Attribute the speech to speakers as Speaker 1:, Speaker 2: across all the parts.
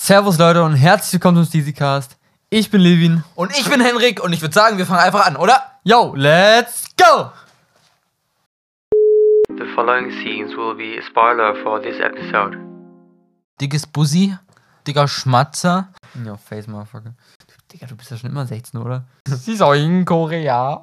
Speaker 1: Servus Leute und herzlich willkommen zum Steezycast. Ich bin Levin.
Speaker 2: Und ich bin Henrik und ich würde sagen, wir fangen einfach an, oder?
Speaker 1: Yo, let's go!
Speaker 3: The following scenes will be a spoiler for this episode.
Speaker 2: Dickes Bussi, dicker Schmatzer.
Speaker 1: Ja, Face Motherfucker. Digga, du bist ja schon immer 16, oder? Sie ist auch in Korea.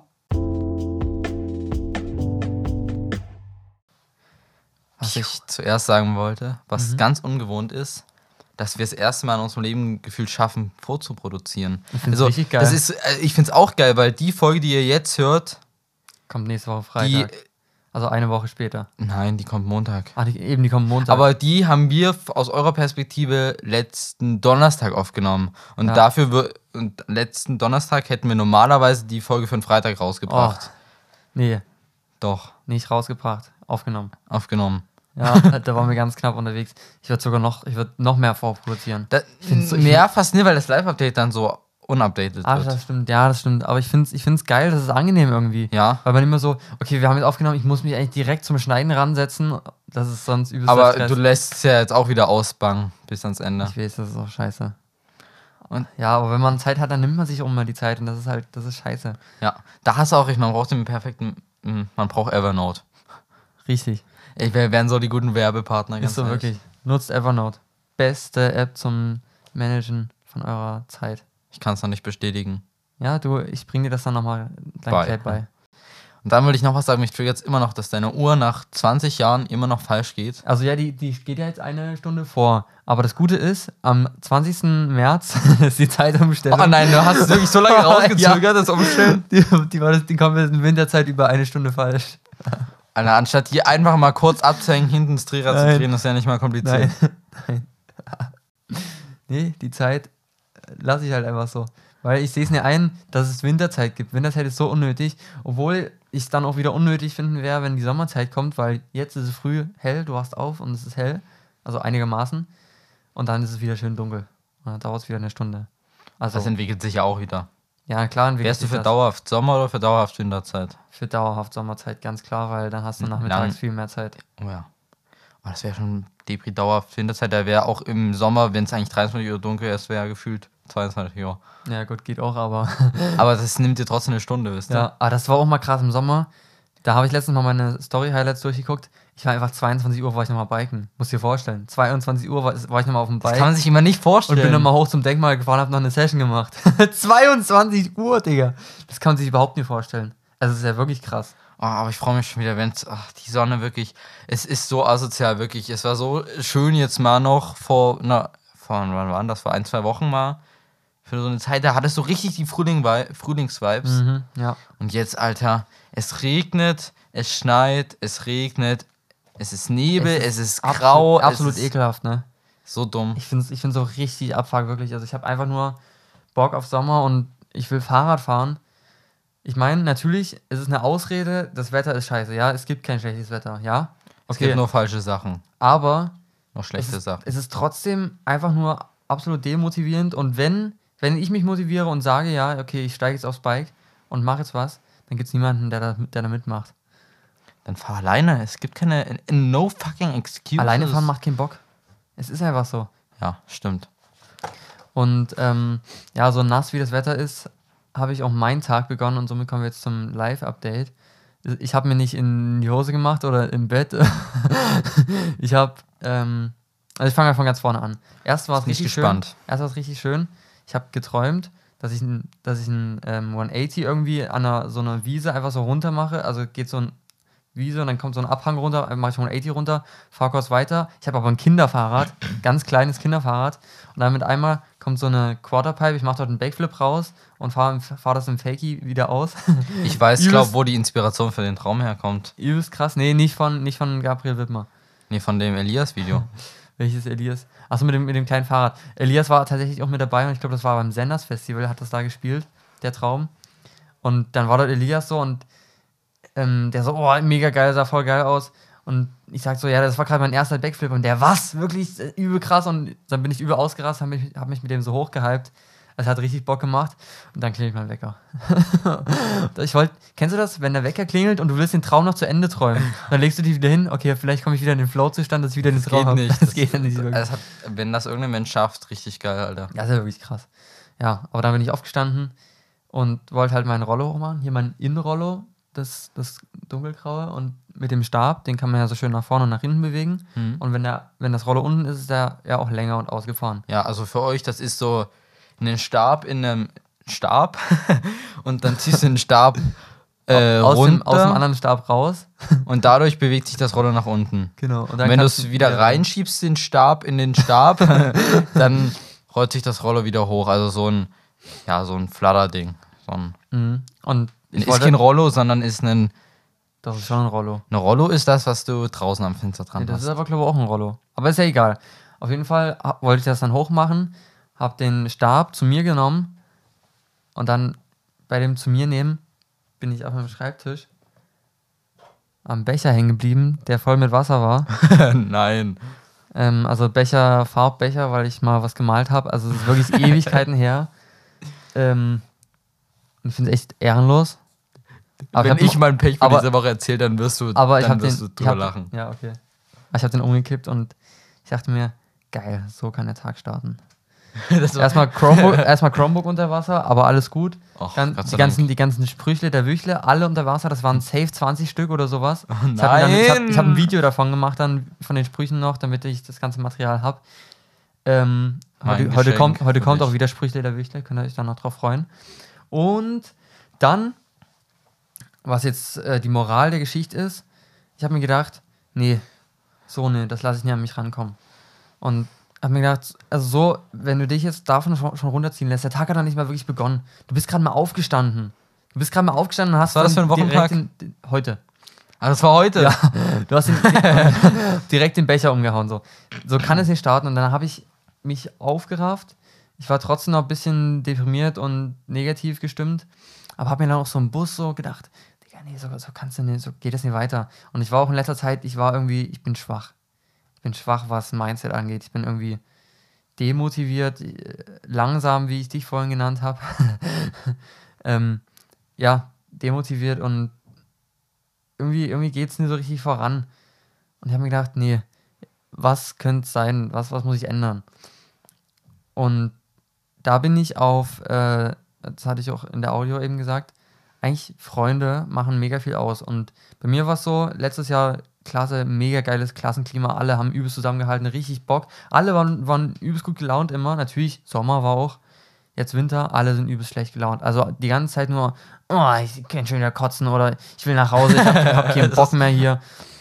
Speaker 2: Was ich zuerst sagen wollte, was ganz ungewohnt ist, dass wir das erste Mal in unserem Leben gefühlt schaffen, vorzuproduzieren.
Speaker 1: Ich find's richtig geil.
Speaker 2: Ich find's auch geil, weil die Folge, die ihr jetzt hört,
Speaker 1: Kommt nächste Woche Freitag. Also eine Woche später.
Speaker 2: Nein, die kommt Montag.
Speaker 1: Die kommen Montag.
Speaker 2: Aber die haben wir aus eurer Perspektive letzten Donnerstag aufgenommen. Und letzten Donnerstag hätten wir normalerweise die Folge für den Freitag rausgebracht.
Speaker 1: Nee,
Speaker 2: Doch,
Speaker 1: nicht rausgebracht. Aufgenommen.
Speaker 2: aufgenommen.
Speaker 1: Ja, da waren wir ganz knapp unterwegs. Ich würde noch mehr vorproduzieren.
Speaker 2: Fast nicht, weil das Live-Update dann so unupdated
Speaker 1: Ach,
Speaker 2: wird.
Speaker 1: das stimmt, ja, das stimmt. Aber ich find's geil, das ist angenehm irgendwie.
Speaker 2: Ja.
Speaker 1: Weil man immer so, okay, wir haben jetzt aufgenommen, ich muss mich eigentlich direkt zum Schneiden ransetzen. Das ist sonst übelst
Speaker 2: Aber
Speaker 1: Stress.
Speaker 2: du lässt es ja jetzt auch wieder ausbangen bis ans Ende.
Speaker 1: Ich weiß, das ist auch scheiße.
Speaker 2: Und-
Speaker 1: Ja, aber wenn man Zeit hat, dann nimmt man sich auch mal die Zeit und das ist scheiße.
Speaker 2: Ja, da hast du auch recht, man braucht den perfekten, man braucht Evernote.
Speaker 1: Richtig.
Speaker 2: Ey, wir wären so die guten Werbepartner.
Speaker 1: Ist so
Speaker 2: ehrlich.
Speaker 1: wirklich. Nutzt Evernote. Beste App zum Managen von eurer Zeit.
Speaker 2: Ich kann es noch nicht bestätigen.
Speaker 1: Ja, ich bring dir das dann nochmal gleich bei.
Speaker 2: Und dann wollte ich noch was sagen, mich triggert es immer noch, dass deine Uhr nach 20 Jahren immer noch falsch geht.
Speaker 1: Also ja, die geht ja jetzt eine Stunde vor. Aber das Gute ist, am 20. März ist die Zeitumstellung.
Speaker 2: Oh nein, du hast es wirklich so lange rausgezögert, das Umstellen.
Speaker 1: Die kompletten Winterzeit über eine Stunde falsch.
Speaker 2: Alter, anstatt hier einfach mal kurz abzuhängen, hinten das Drehrad zu drehen, ist ja nicht mal kompliziert.
Speaker 1: Nein. Nee, die Zeit lasse ich halt einfach so. Weil ich sehe es nicht ein, dass es Winterzeit gibt. Winterzeit ist so unnötig, obwohl ich es dann auch wieder unnötig finden wäre, wenn die Sommerzeit kommt, weil jetzt ist es früh hell, du wachst auf und es ist hell, also einigermaßen, und dann ist es wieder schön dunkel. Und dann dauert es wieder eine Stunde. Also,
Speaker 2: Das entwickelt sich ja auch wieder.
Speaker 1: ja, klar, entwickelt
Speaker 2: Wärst du
Speaker 1: sich
Speaker 2: für
Speaker 1: das.
Speaker 2: dauerhaft Sommer oder für dauerhaft Winterzeit?
Speaker 1: Für dauerhaft Sommerzeit, ganz klar, weil dann hast du nachmittags viel mehr Zeit.
Speaker 2: Oh ja. Oh, das wäre schon Depri dauerhaft Winterzeit. Da wäre auch im Sommer, wenn es eigentlich 23 Uhr dunkel ist, wäre gefühlt 22 Uhr.
Speaker 1: Ja gut, geht auch, aber...
Speaker 2: Aber das nimmt dir trotzdem eine Stunde, wisst ihr?
Speaker 1: Ja, aber das war auch mal krass im Sommer. Da habe ich letztens mal meine Story-Highlights durchgeguckt. Ich war einfach 22 Uhr, war ich nochmal biken. Musst dir vorstellen. 22 Uhr war ich nochmal auf dem Bike.
Speaker 2: Das kann man sich immer nicht vorstellen.
Speaker 1: Und bin nochmal hoch zum Denkmal gefahren, habe noch eine Session gemacht. 22 Uhr, Digga. Das kann man sich überhaupt nicht vorstellen. Also das ist ja wirklich krass.
Speaker 2: Oh, aber ich freue mich schon wieder, wenn die Sonne wirklich, es ist so asozial, wirklich. Es war so schön jetzt mal noch wann waren das? Vor 1-2 Wochen mal. Für so eine Zeit, da hattest du richtig die Frühlingsvibes.
Speaker 1: Ja.
Speaker 2: Und jetzt, Alter, es regnet, es schneit, es regnet, es ist Nebel, es ist grau.
Speaker 1: Absolut
Speaker 2: es ist
Speaker 1: ekelhaft, ne?
Speaker 2: so dumm.
Speaker 1: Ich find's so richtig abfuck, wirklich. Also ich habe einfach nur Bock auf Sommer und ich will Fahrrad fahren. Ich meine, natürlich ist es eine Ausrede, das Wetter ist scheiße, ja? Es gibt kein schlechtes Wetter, ja?
Speaker 2: Es gibt nur falsche Sachen,
Speaker 1: Aber
Speaker 2: noch schlechte Sachen.
Speaker 1: es ist trotzdem einfach nur absolut demotivierend und wenn ich mich motiviere und sage, ja, okay, ich steige jetzt aufs Bike und mache jetzt was, dann gibt es niemanden, der da mitmacht.
Speaker 2: Dann fahr alleine, es gibt keine, no fucking excuse.
Speaker 1: Alleine fahren macht keinen Bock. Es ist einfach so.
Speaker 2: Ja, stimmt.
Speaker 1: Und ja, so nass wie das Wetter ist, habe ich auch meinen Tag begonnen und somit kommen wir jetzt zum Live-Update. Ich habe mir nicht in die Hose gemacht oder im Bett. Ich habe, also ich fange von ganz vorne an. Erst war es richtig schön. Ich habe geträumt, dass ich ein 180 irgendwie an so einer Wiese einfach so runter mache. Also geht so ein Wiese und dann kommt so ein Abhang runter, mache ich 180 runter, fahre kurz weiter. Ich habe aber ein Kinderfahrrad, ganz kleines Kinderfahrrad. Und dann mit einmal kommt so eine Quarterpipe, ich mache dort einen Backflip raus und fahr das im Fakey wieder aus.
Speaker 2: Ich weiß, glaube, wo die Inspiration für den Traum herkommt.
Speaker 1: Übelst krass. Nee, nicht von Gabriel Wittmer.
Speaker 2: Nee, von dem Elias-Video.
Speaker 1: Welches Elias? Achso, mit dem kleinen Fahrrad. Elias war tatsächlich auch mit dabei und ich glaube, das war beim Senders Festival, hat das da gespielt, der Traum. Und dann war dort Elias so und der so, oh, mega geil, sah voll geil aus. Und ich sag so, ja, das war gerade mein erster Backflip und der, was? Wirklich übel krass. Und dann bin ich übel ausgerastet, hab mich mit dem so hochgehypt. Es hat richtig Bock gemacht und dann klingelt mein Wecker. Kennst du das, wenn der Wecker klingelt und du willst den Traum noch zu Ende träumen? Dann legst du dich wieder hin, okay, vielleicht komme ich wieder in den Flow-Zustand, dass ich wieder den Traum habe.
Speaker 2: Das
Speaker 1: geht ja nicht.
Speaker 2: Das hat, wenn das irgendein Mensch schafft, richtig geil, Alter.
Speaker 1: Das ist ja wirklich krass. Ja, aber dann bin ich aufgestanden und wollte halt meinen Rollo hochmachen. Hier mein Innenrollo, das dunkelgraue und mit dem Stab, den kann man ja so schön nach vorne und nach hinten bewegen. Und wenn das Rollo unten ist, ist der ja auch länger und ausgefahren.
Speaker 2: Ja, also für euch, das ist so einen Stab in einem Stab und dann ziehst du den Stab runter.
Speaker 1: Aus dem anderen Stab raus.
Speaker 2: Und dadurch bewegt sich das Rollo nach unten.
Speaker 1: Genau. Und
Speaker 2: dann wenn du es wieder reinschiebst, den Stab in den Stab, dann rollt sich das Rollo wieder hoch. Also so ein Flatterding. Und ist kein Rollo, sondern ist ein...
Speaker 1: Das ist schon ein Rollo.
Speaker 2: Ein Rollo ist das, was du draußen am Fenster dran hast.
Speaker 1: Das ist aber, glaube ich, auch ein Rollo. Aber ist ja egal. Auf jeden Fall wollte ich das dann hochmachen, habe den Stab zu mir genommen und dann bei dem zu mir nehmen bin ich auf meinem Schreibtisch am Becher hängen geblieben, der voll mit Wasser war.
Speaker 2: Nein.
Speaker 1: Also Becher, Farbbecher, weil ich mal was gemalt habe. Also es ist wirklich Ewigkeiten her. Ich finde es echt ehrenlos.
Speaker 2: Aber wenn ich meinen Pech für diese Woche erzähle, dann wirst du drüber lachen.
Speaker 1: Ja, okay. Ich habe den umgekippt und ich dachte mir, geil, so kann der Tag starten. Erstmal Chromebook unter Wasser, aber alles gut.
Speaker 2: Och,
Speaker 1: die ganzen Sprüchle der Wüchle, alle unter Wasser, das waren safe 20 Stück oder sowas.
Speaker 2: Oh nein.
Speaker 1: Ich hab ein Video davon gemacht, dann von den Sprüchen noch, damit ich das ganze Material habe. Heute kommt auch wieder Sprüchle der Wüchle, könnt ihr euch dann noch drauf freuen. Und dann, was jetzt die Moral der Geschichte ist, ich habe mir gedacht, das lasse ich nicht an mich rankommen. Und habe mir gedacht, also so, wenn du dich jetzt davon schon runterziehen lässt, der Tag hat noch nicht mal wirklich begonnen. Du bist gerade mal aufgestanden. Und hast
Speaker 2: Was war das für ein Wochentag?
Speaker 1: Heute.
Speaker 2: Ah, das war heute?
Speaker 1: Ja, du hast direkt den Becher umgehauen. So kann es nicht starten. Und dann habe ich mich aufgerafft. Ich war trotzdem noch ein bisschen deprimiert und negativ gestimmt. Aber habe mir dann auch so im Bus so gedacht, Digga, nee, so kannst du nicht, so geht das nicht weiter. Und ich war auch in letzter Zeit, ich bin schwach. Ich bin schwach, was Mindset angeht. Ich bin irgendwie demotiviert, langsam, wie ich dich vorhin genannt habe. Demotiviert und irgendwie geht es nicht so richtig voran. Und ich habe mir gedacht, was könnte es sein? Was muss ich ändern? Und da bin ich auf, das hatte ich auch in der Audio eben gesagt, eigentlich Freunde machen mega viel aus. Und bei mir war es so, letztes Jahr klasse, mega geiles Klassenklima, alle haben übelst zusammengehalten, richtig Bock. Alle waren übelst gut gelaunt immer. Natürlich, Sommer war auch, jetzt Winter, alle sind übelst schlecht gelaunt. Also die ganze Zeit nur, ich kann schon wieder kotzen oder ich will nach Hause, ich hab keinen Bock mehr hier.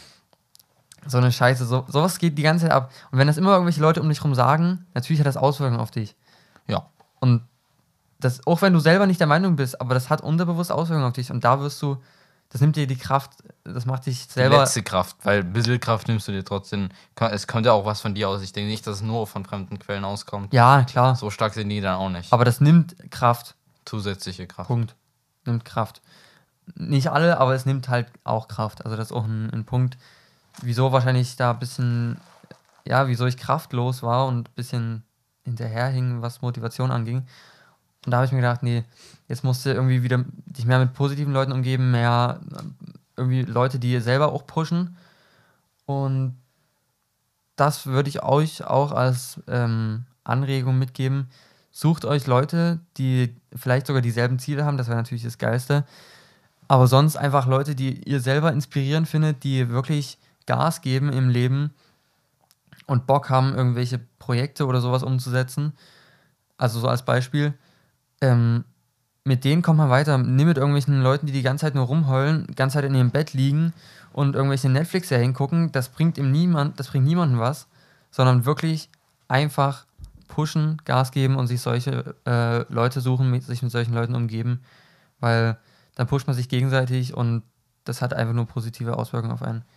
Speaker 1: So eine Scheiße, sowas geht die ganze Zeit ab. Und wenn das immer irgendwelche Leute um dich rum sagen, natürlich hat das Auswirkungen auf dich.
Speaker 2: Ja.
Speaker 1: Und das, auch wenn du selber nicht der Meinung bist, aber das hat unterbewusst Auswirkungen auf dich und da das nimmt dir die Kraft, das macht dich selber...
Speaker 2: Die letzte Kraft, weil ein bisschen Kraft nimmst du dir trotzdem. Es kommt ja auch was von dir aus. Ich denke nicht, dass es nur von fremden Quellen auskommt.
Speaker 1: Ja, klar.
Speaker 2: So stark sind die dann auch nicht.
Speaker 1: Aber das nimmt Kraft.
Speaker 2: Zusätzliche Kraft.
Speaker 1: Punkt. Nimmt Kraft. Nicht alle, aber es nimmt halt auch Kraft. Also das ist auch ein Punkt, wieso wahrscheinlich da ein bisschen, wieso ich kraftlos war und ein bisschen hinterherhing, was Motivation anging. Und da habe ich mir gedacht, jetzt musst du irgendwie wieder dich mehr mit positiven Leuten umgeben, mehr irgendwie Leute, die selber auch pushen. Und das würde ich euch auch als Anregung mitgeben. Sucht euch Leute, die vielleicht sogar dieselben Ziele haben, das wäre natürlich das Geilste. Aber sonst einfach Leute, die ihr selber inspirierend findet, die wirklich Gas geben im Leben und Bock haben, irgendwelche Projekte oder sowas umzusetzen. Also so als Beispiel. Mit denen kommt man weiter. Nimm mit irgendwelchen Leuten, die die ganze Zeit nur rumheulen, die ganze Zeit in ihrem Bett liegen und irgendwelche Netflix-Serien gucken. Das bringt niemandem was, sondern wirklich einfach pushen, Gas geben und sich solche Leute suchen, sich mit solchen Leuten umgeben, weil dann pusht man sich gegenseitig und das hat einfach nur positive Auswirkungen auf einen.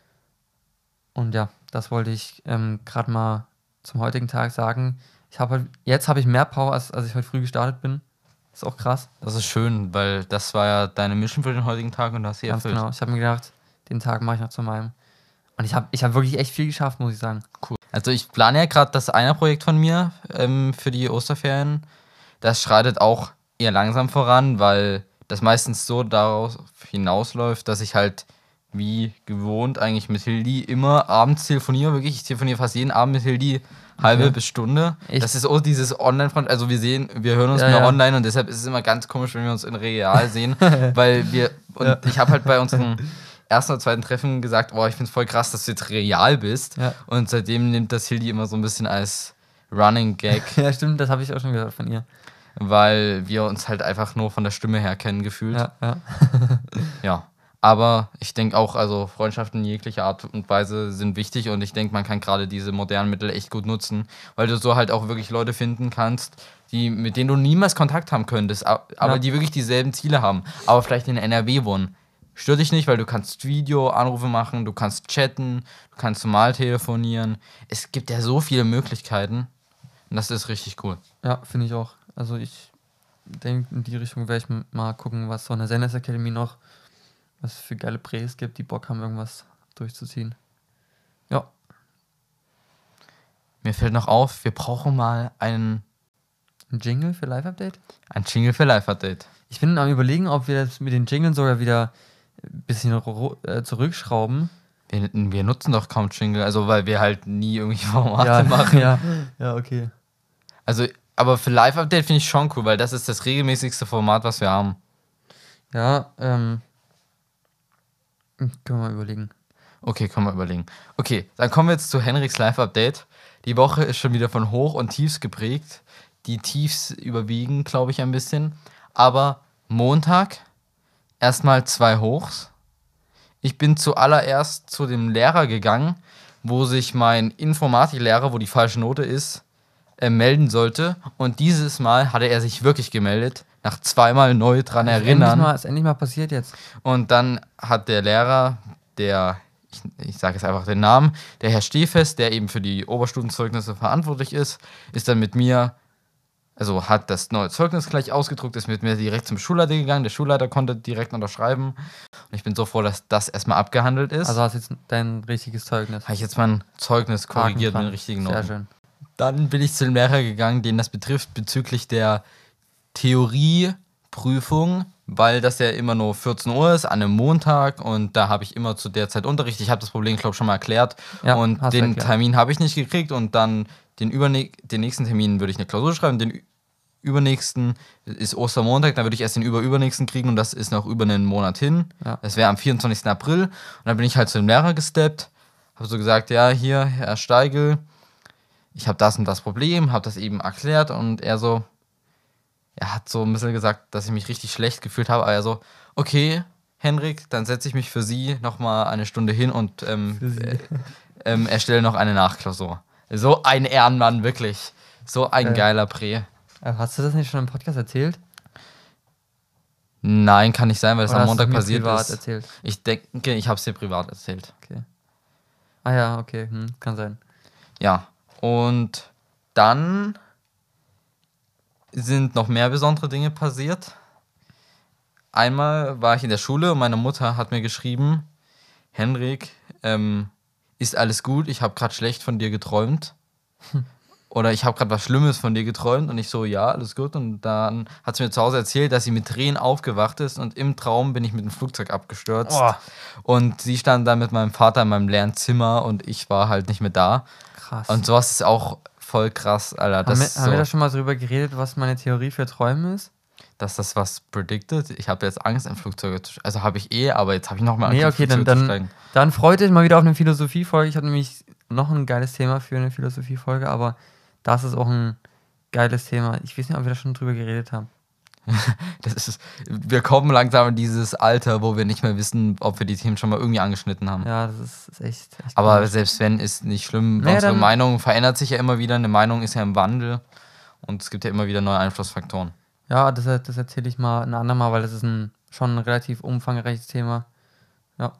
Speaker 1: Und ja, das wollte ich gerade mal zum heutigen Tag sagen. Jetzt habe ich mehr Power, als ich heute früh gestartet bin. Ist auch krass.
Speaker 2: Das ist schön, weil das war ja deine Mission für den heutigen Tag und du hast sie erfüllt.
Speaker 1: Genau. Ich habe mir gedacht, den Tag mache ich noch zu meinem. Und ich hab wirklich echt viel geschafft, muss ich sagen.
Speaker 2: Cool. Also ich plane ja gerade das eine Projekt von mir für die Osterferien. das schreitet auch eher langsam voran, weil das meistens so darauf hinausläuft, dass ich halt wie gewohnt eigentlich mit Hildi immer abends telefoniere. Wirklich, ich telefoniere fast jeden Abend mit Hildi halbe bis Stunde.
Speaker 1: Echt?
Speaker 2: Das ist auch dieses Online-Freund. Also wir hören uns mehr online und deshalb ist es immer ganz komisch, wenn wir uns in real sehen, weil ich habe halt bei unserem ersten oder zweiten Treffen gesagt, ich finde es voll krass, dass du jetzt real bist.
Speaker 1: Ja.
Speaker 2: Und seitdem nimmt das Hildi immer so ein bisschen als Running Gag.
Speaker 1: Ja, stimmt, das habe ich auch schon gehört von ihr.
Speaker 2: Weil wir uns halt einfach nur von der Stimme her kennen gefühlt.
Speaker 1: Ja.
Speaker 2: Ja. Aber ich denke auch, also Freundschaften jeglicher Art und Weise sind wichtig und ich denke, man kann gerade diese modernen Mittel echt gut nutzen, weil du so halt auch wirklich Leute finden kannst, mit denen du niemals Kontakt haben könntest, aber die wirklich dieselben Ziele haben, aber vielleicht in NRW wohnen. Stört dich nicht, weil du kannst Videoanrufe machen, du kannst chatten, du kannst normal telefonieren. Es gibt ja so viele Möglichkeiten und das ist richtig cool.
Speaker 1: Ja, finde ich auch. Also ich denke, in die Richtung werde ich mal gucken, was so in der Senders Academy noch, was für geile Präs gibt, die Bock haben, irgendwas durchzuziehen. Ja.
Speaker 2: Mir fällt noch auf, wir brauchen mal ein
Speaker 1: Jingle für Live-Update?
Speaker 2: Ein Jingle für Live-Update.
Speaker 1: Ich bin am Überlegen, ob wir das mit den Jinglen sogar wieder ein bisschen zurückschrauben.
Speaker 2: Wir nutzen doch kaum Jingle, also weil wir halt nie irgendwie Formate machen.
Speaker 1: Ja, okay.
Speaker 2: Also, aber für Live-Update finde ich schon cool, weil das ist das regelmäßigste Format, was wir haben.
Speaker 1: Ja, können wir mal überlegen.
Speaker 2: Okay, können wir überlegen. Okay, dann kommen wir jetzt zu Henriks Live-Update. Die Woche ist schon wieder von Hoch und Tiefs geprägt. Die Tiefs überwiegen, glaube ich, ein bisschen. Aber Montag erstmal 2 Hochs. Ich bin zuallererst zu dem Lehrer gegangen, wo sich mein Informatiklehrer, wo die falsche Note ist, melden sollte. Und dieses Mal hatte er sich wirklich gemeldet, nach 2-mal neu dran erinnern.
Speaker 1: Ist endlich mal passiert jetzt.
Speaker 2: Und dann hat der Lehrer, ich sage jetzt einfach den Namen, der Herr Stehfest, der eben für die Oberstufenzeugnisse verantwortlich ist dann mit mir, also hat das neue Zeugnis gleich ausgedruckt, ist mit mir direkt zum Schulleiter gegangen. Der Schulleiter konnte direkt unterschreiben. Und ich bin so froh, dass das erstmal abgehandelt ist.
Speaker 1: Also hast du jetzt dein richtiges Zeugnis.
Speaker 2: Habe ich jetzt mein Zeugnis korrigiert mit den richtigen Noten.
Speaker 1: Sehr schön.
Speaker 2: Dann bin ich zu dem Lehrer gegangen, den das betrifft, bezüglich der Theorieprüfung, weil das ja immer nur 14 Uhr ist, an einem Montag und da habe ich immer zu der Zeit Unterricht. Ich habe das Problem, glaube ich, schon mal erklärt und den Termin habe ich nicht gekriegt und dann den nächsten Termin würde ich eine Klausur schreiben, den übernächsten ist Ostermontag, dann würde ich erst den übernächsten kriegen und das ist noch über einen Monat hin.
Speaker 1: Ja.
Speaker 2: Das wäre am 24. April und dann bin ich halt zu dem Lehrer gesteppt, habe so gesagt, ja, hier, Herr Steigl, ich habe das und das Problem, habe das eben erklärt und er hat so ein bisschen gesagt, dass ich mich richtig schlecht gefühlt habe, aber er so, okay, Henrik, dann setze ich mich für Sie nochmal eine Stunde hin und erstelle noch eine Nachklausur. So ein Ehrenmann, wirklich. So ein geiler Prä.
Speaker 1: Hast du das nicht schon im Podcast erzählt?
Speaker 2: Nein, kann nicht sein, weil es am Montag passiert
Speaker 1: privat
Speaker 2: ist.
Speaker 1: Erzählt?
Speaker 2: Ich denke, ich habe es dir privat erzählt.
Speaker 1: Okay. Ah ja, okay, kann sein.
Speaker 2: Ja, und dann sind noch mehr besondere Dinge passiert. Einmal war ich in der Schule und meine Mutter hat mir geschrieben, Henrik, ist alles gut? Ich habe gerade schlecht von dir geträumt. Oder ich habe gerade was Schlimmes von dir geträumt. Und ich so, ja, alles gut. Und dann hat sie mir zu Hause erzählt, dass sie mit Tränen aufgewacht ist. Und im Traum bin ich mit dem Flugzeug abgestürzt.
Speaker 1: Oh.
Speaker 2: Und sie stand dann mit meinem Vater in meinem leeren Zimmer und ich war halt nicht mehr da.
Speaker 1: Krass.
Speaker 2: Und sowas ist auch voll krass, Alter.
Speaker 1: Haben wir da schon mal drüber geredet, was meine Theorie für Träume ist?
Speaker 2: Dass das was predicted? Ich habe jetzt Angst, in Flugzeuge zu steigen. Also habe ich aber jetzt habe ich nochmal Angst,
Speaker 1: in Flugzeuge zu steigen. Dann freut euch mal wieder auf eine Philosophiefolge. Ich habe nämlich noch ein geiles Thema für eine Philosophiefolge, aber das ist auch ein geiles Thema. Ich weiß nicht, ob wir da schon drüber geredet haben.
Speaker 2: Wir kommen langsam in dieses Alter, wo wir nicht mehr wissen, ob wir die Themen schon mal irgendwie angeschnitten haben.
Speaker 1: Ja, das ist echt
Speaker 2: aber
Speaker 1: komisch.
Speaker 2: Selbst wenn, ist nicht schlimm. Unsere Meinung verändert sich ja immer wieder. Eine Meinung ist ja im Wandel und es gibt ja immer wieder neue Einflussfaktoren.
Speaker 1: Ja, das erzähle ich mal ein andermal, weil das ist schon ein relativ umfangreiches Thema. Ja.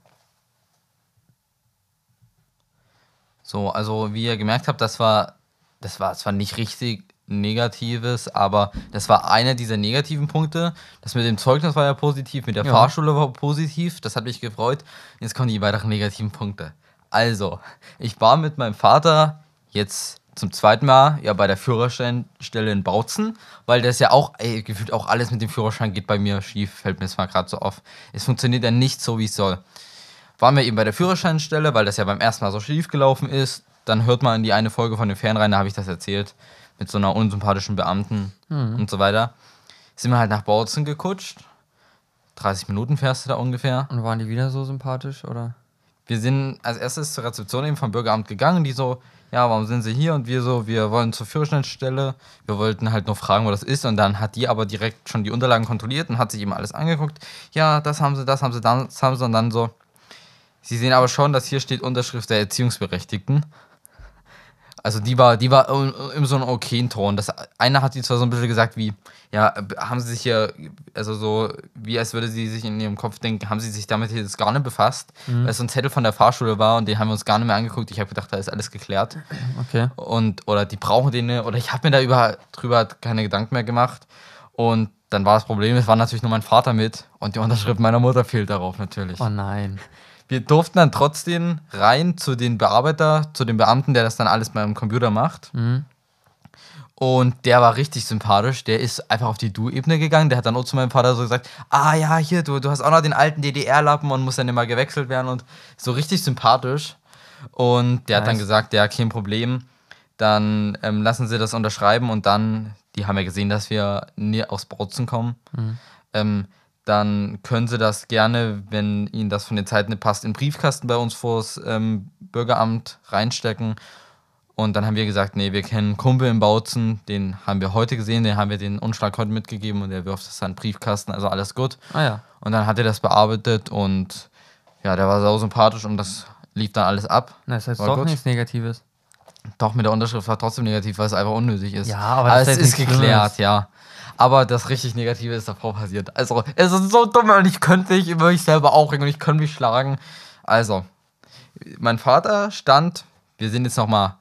Speaker 2: So, also wie ihr gemerkt habt, das war zwar nicht richtig Negatives, aber das war einer dieser negativen Punkte. Das mit dem Zeugnis war ja positiv, mit der Fahrschule war positiv, das hat mich gefreut. Jetzt kommen die weiteren negativen Punkte. Also, ich war mit meinem Vater jetzt zum zweiten Mal ja bei der Führerscheinstelle in Bautzen, weil das ja auch, gefühlt auch alles mit dem Führerschein geht bei mir schief, fällt mir das mal gerade so auf. Es funktioniert ja nicht so, wie es soll. Waren wir eben bei der Führerscheinstelle, weil das ja beim ersten Mal so schief gelaufen ist. Dann hört man in die eine Folge von den Ferien rein, da habe ich das erzählt, mit so einer unsympathischen Beamten und so weiter. Sind wir halt nach Bautzen gekutscht. 30 Minuten fährst du da ungefähr.
Speaker 1: Und waren die wieder so sympathisch, oder?
Speaker 2: Wir sind als erstes zur Rezeption eben vom Bürgeramt gegangen, die so, ja, warum sind sie hier? Und wir so, wir wollen zur Führerscheinstelle. Wir wollten halt nur fragen, wo das ist. Und dann hat die aber direkt schon die Unterlagen kontrolliert und hat sich eben alles angeguckt. Ja, das haben sie, das haben sie, das haben sie. Und dann so, sie sehen aber schon, dass hier steht Unterschrift der Erziehungsberechtigten. Also die war in so einem okayen Ton. Das eine hat sie zwar so ein bisschen gesagt wie, ja, haben sie sich hier, also so, wie als würde sie sich in ihrem Kopf denken, haben sie sich damit jetzt gar nicht befasst, weil es so ein Zettel von der Fahrschule war und den haben wir uns gar nicht mehr angeguckt. Ich habe gedacht, da ist alles geklärt.
Speaker 1: Okay.
Speaker 2: Oder die brauchen den, oder ich habe mir da drüber keine Gedanken mehr gemacht. Und dann war das Problem, es war natürlich nur mein Vater mit und die Unterschrift meiner Mutter fehlt darauf natürlich.
Speaker 1: Oh nein.
Speaker 2: Wir durften dann trotzdem rein zu den Bearbeiter, zu dem Beamten, der das dann alles beim Computer macht. Und der war richtig sympathisch. Der ist einfach auf die Du-Ebene gegangen. Der hat dann auch zu meinem Vater so gesagt, ah ja, hier, du hast auch noch den alten DDR-Lappen und muss dann immer gewechselt werden. Und so richtig sympathisch. Und der hat dann gesagt, ja, kein Problem. Dann lassen Sie das unterschreiben. Und dann, die haben ja gesehen, dass wir aus Bautzen kommen. Dann können Sie das gerne, wenn Ihnen das von den Zeiten nicht passt, in den Briefkasten bei uns vors Bürgeramt reinstecken. Und dann haben wir gesagt, nee, wir kennen einen Kumpel in Bautzen, den haben wir heute gesehen, den haben wir den Umschlag heute mitgegeben und der wirft das dann in den Briefkasten, also alles gut.
Speaker 1: Ah ja.
Speaker 2: Und dann hat er das bearbeitet und ja, der war sau sympathisch und das lief dann alles ab.
Speaker 1: Na, das heißt
Speaker 2: War
Speaker 1: doch
Speaker 2: gut.
Speaker 1: nichts Negatives.
Speaker 2: Doch, mit der Unterschrift war trotzdem negativ, weil es einfach unnötig ist.
Speaker 1: Ja, aber das
Speaker 2: es
Speaker 1: ist
Speaker 2: ist
Speaker 1: nichts
Speaker 2: geklärt,
Speaker 1: Schlimmes.
Speaker 2: ja. Aber das richtig Negative ist davor passiert. Also, es ist so dumm und ich könnte mich über mich selber aufregen und ich könnte mich schlagen. Also, mein Vater stand, wir sind jetzt nochmal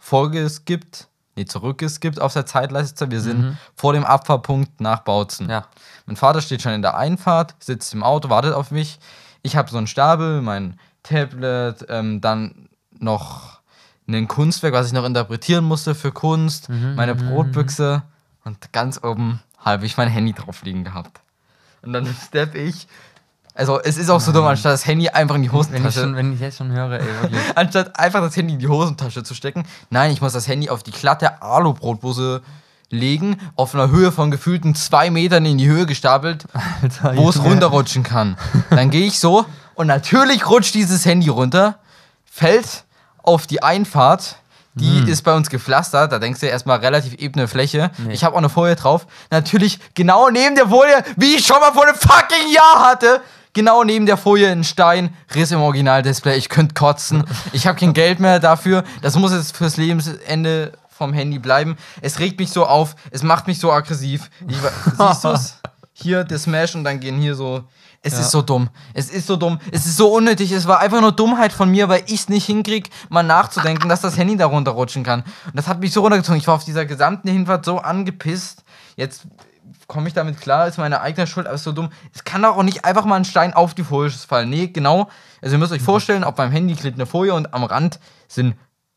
Speaker 2: zurückgeskippt auf der Zeitleiste. Wir sind vor dem Abfahrpunkt nach Bautzen.
Speaker 1: Ja.
Speaker 2: Mein Vater steht schon in der Einfahrt, sitzt im Auto, wartet auf mich. Ich habe so einen Stapel, mein Tablet, dann noch ein Kunstwerk, was ich noch interpretieren musste für Kunst, meine Brotbüchse und ganz oben habe ich mein Handy drauf liegen gehabt. Und dann steppe ich. Also, es ist auch so dumm, anstatt das Handy einfach in die Hosentasche.
Speaker 1: Wenn ich jetzt schon höre, ey, wirklich.
Speaker 2: Anstatt einfach das Handy in die Hosentasche zu stecken. Nein, ich muss das Handy auf die glatte Alu-Brotbusse legen, auf einer Höhe von gefühlten 2 Metern in die Höhe gestapelt,
Speaker 1: Alter,
Speaker 2: wo es
Speaker 1: Junge.
Speaker 2: runterrutschen kann. Dann gehe ich so und natürlich rutscht dieses Handy runter, fällt auf die Einfahrt. Die ist bei uns gepflastert, da denkst du erstmal relativ ebene Fläche.
Speaker 1: Nee.
Speaker 2: Ich habe auch eine Folie drauf. Natürlich genau neben der Folie, wie ich schon mal vor einem fucking Jahr hatte. Genau neben der Folie ein Stein, Riss im Originaldisplay. Ich könnte kotzen. Ich habe kein Geld mehr dafür. Das muss jetzt fürs Lebensende vom Handy bleiben. Es regt mich so auf. Es macht mich so aggressiv. Siehst du es? Hier der Smash und dann gehen hier so. Es ist so dumm. Es ist so dumm. Es ist so unnötig. Es war einfach nur Dummheit von mir, weil ich es nicht hinkriege, mal nachzudenken, dass das Handy da runterrutschen kann. Und das hat mich so runtergezogen. Ich war auf dieser gesamten Hinfahrt so angepisst. Jetzt komme ich damit klar, ist meine eigene Schuld, aber ist so dumm. Es kann doch auch nicht einfach mal ein Stein auf die Folie fallen. Nee, genau. Also ihr müsst euch vorstellen, auf meinem Handy klebt eine Folie und am Rand sind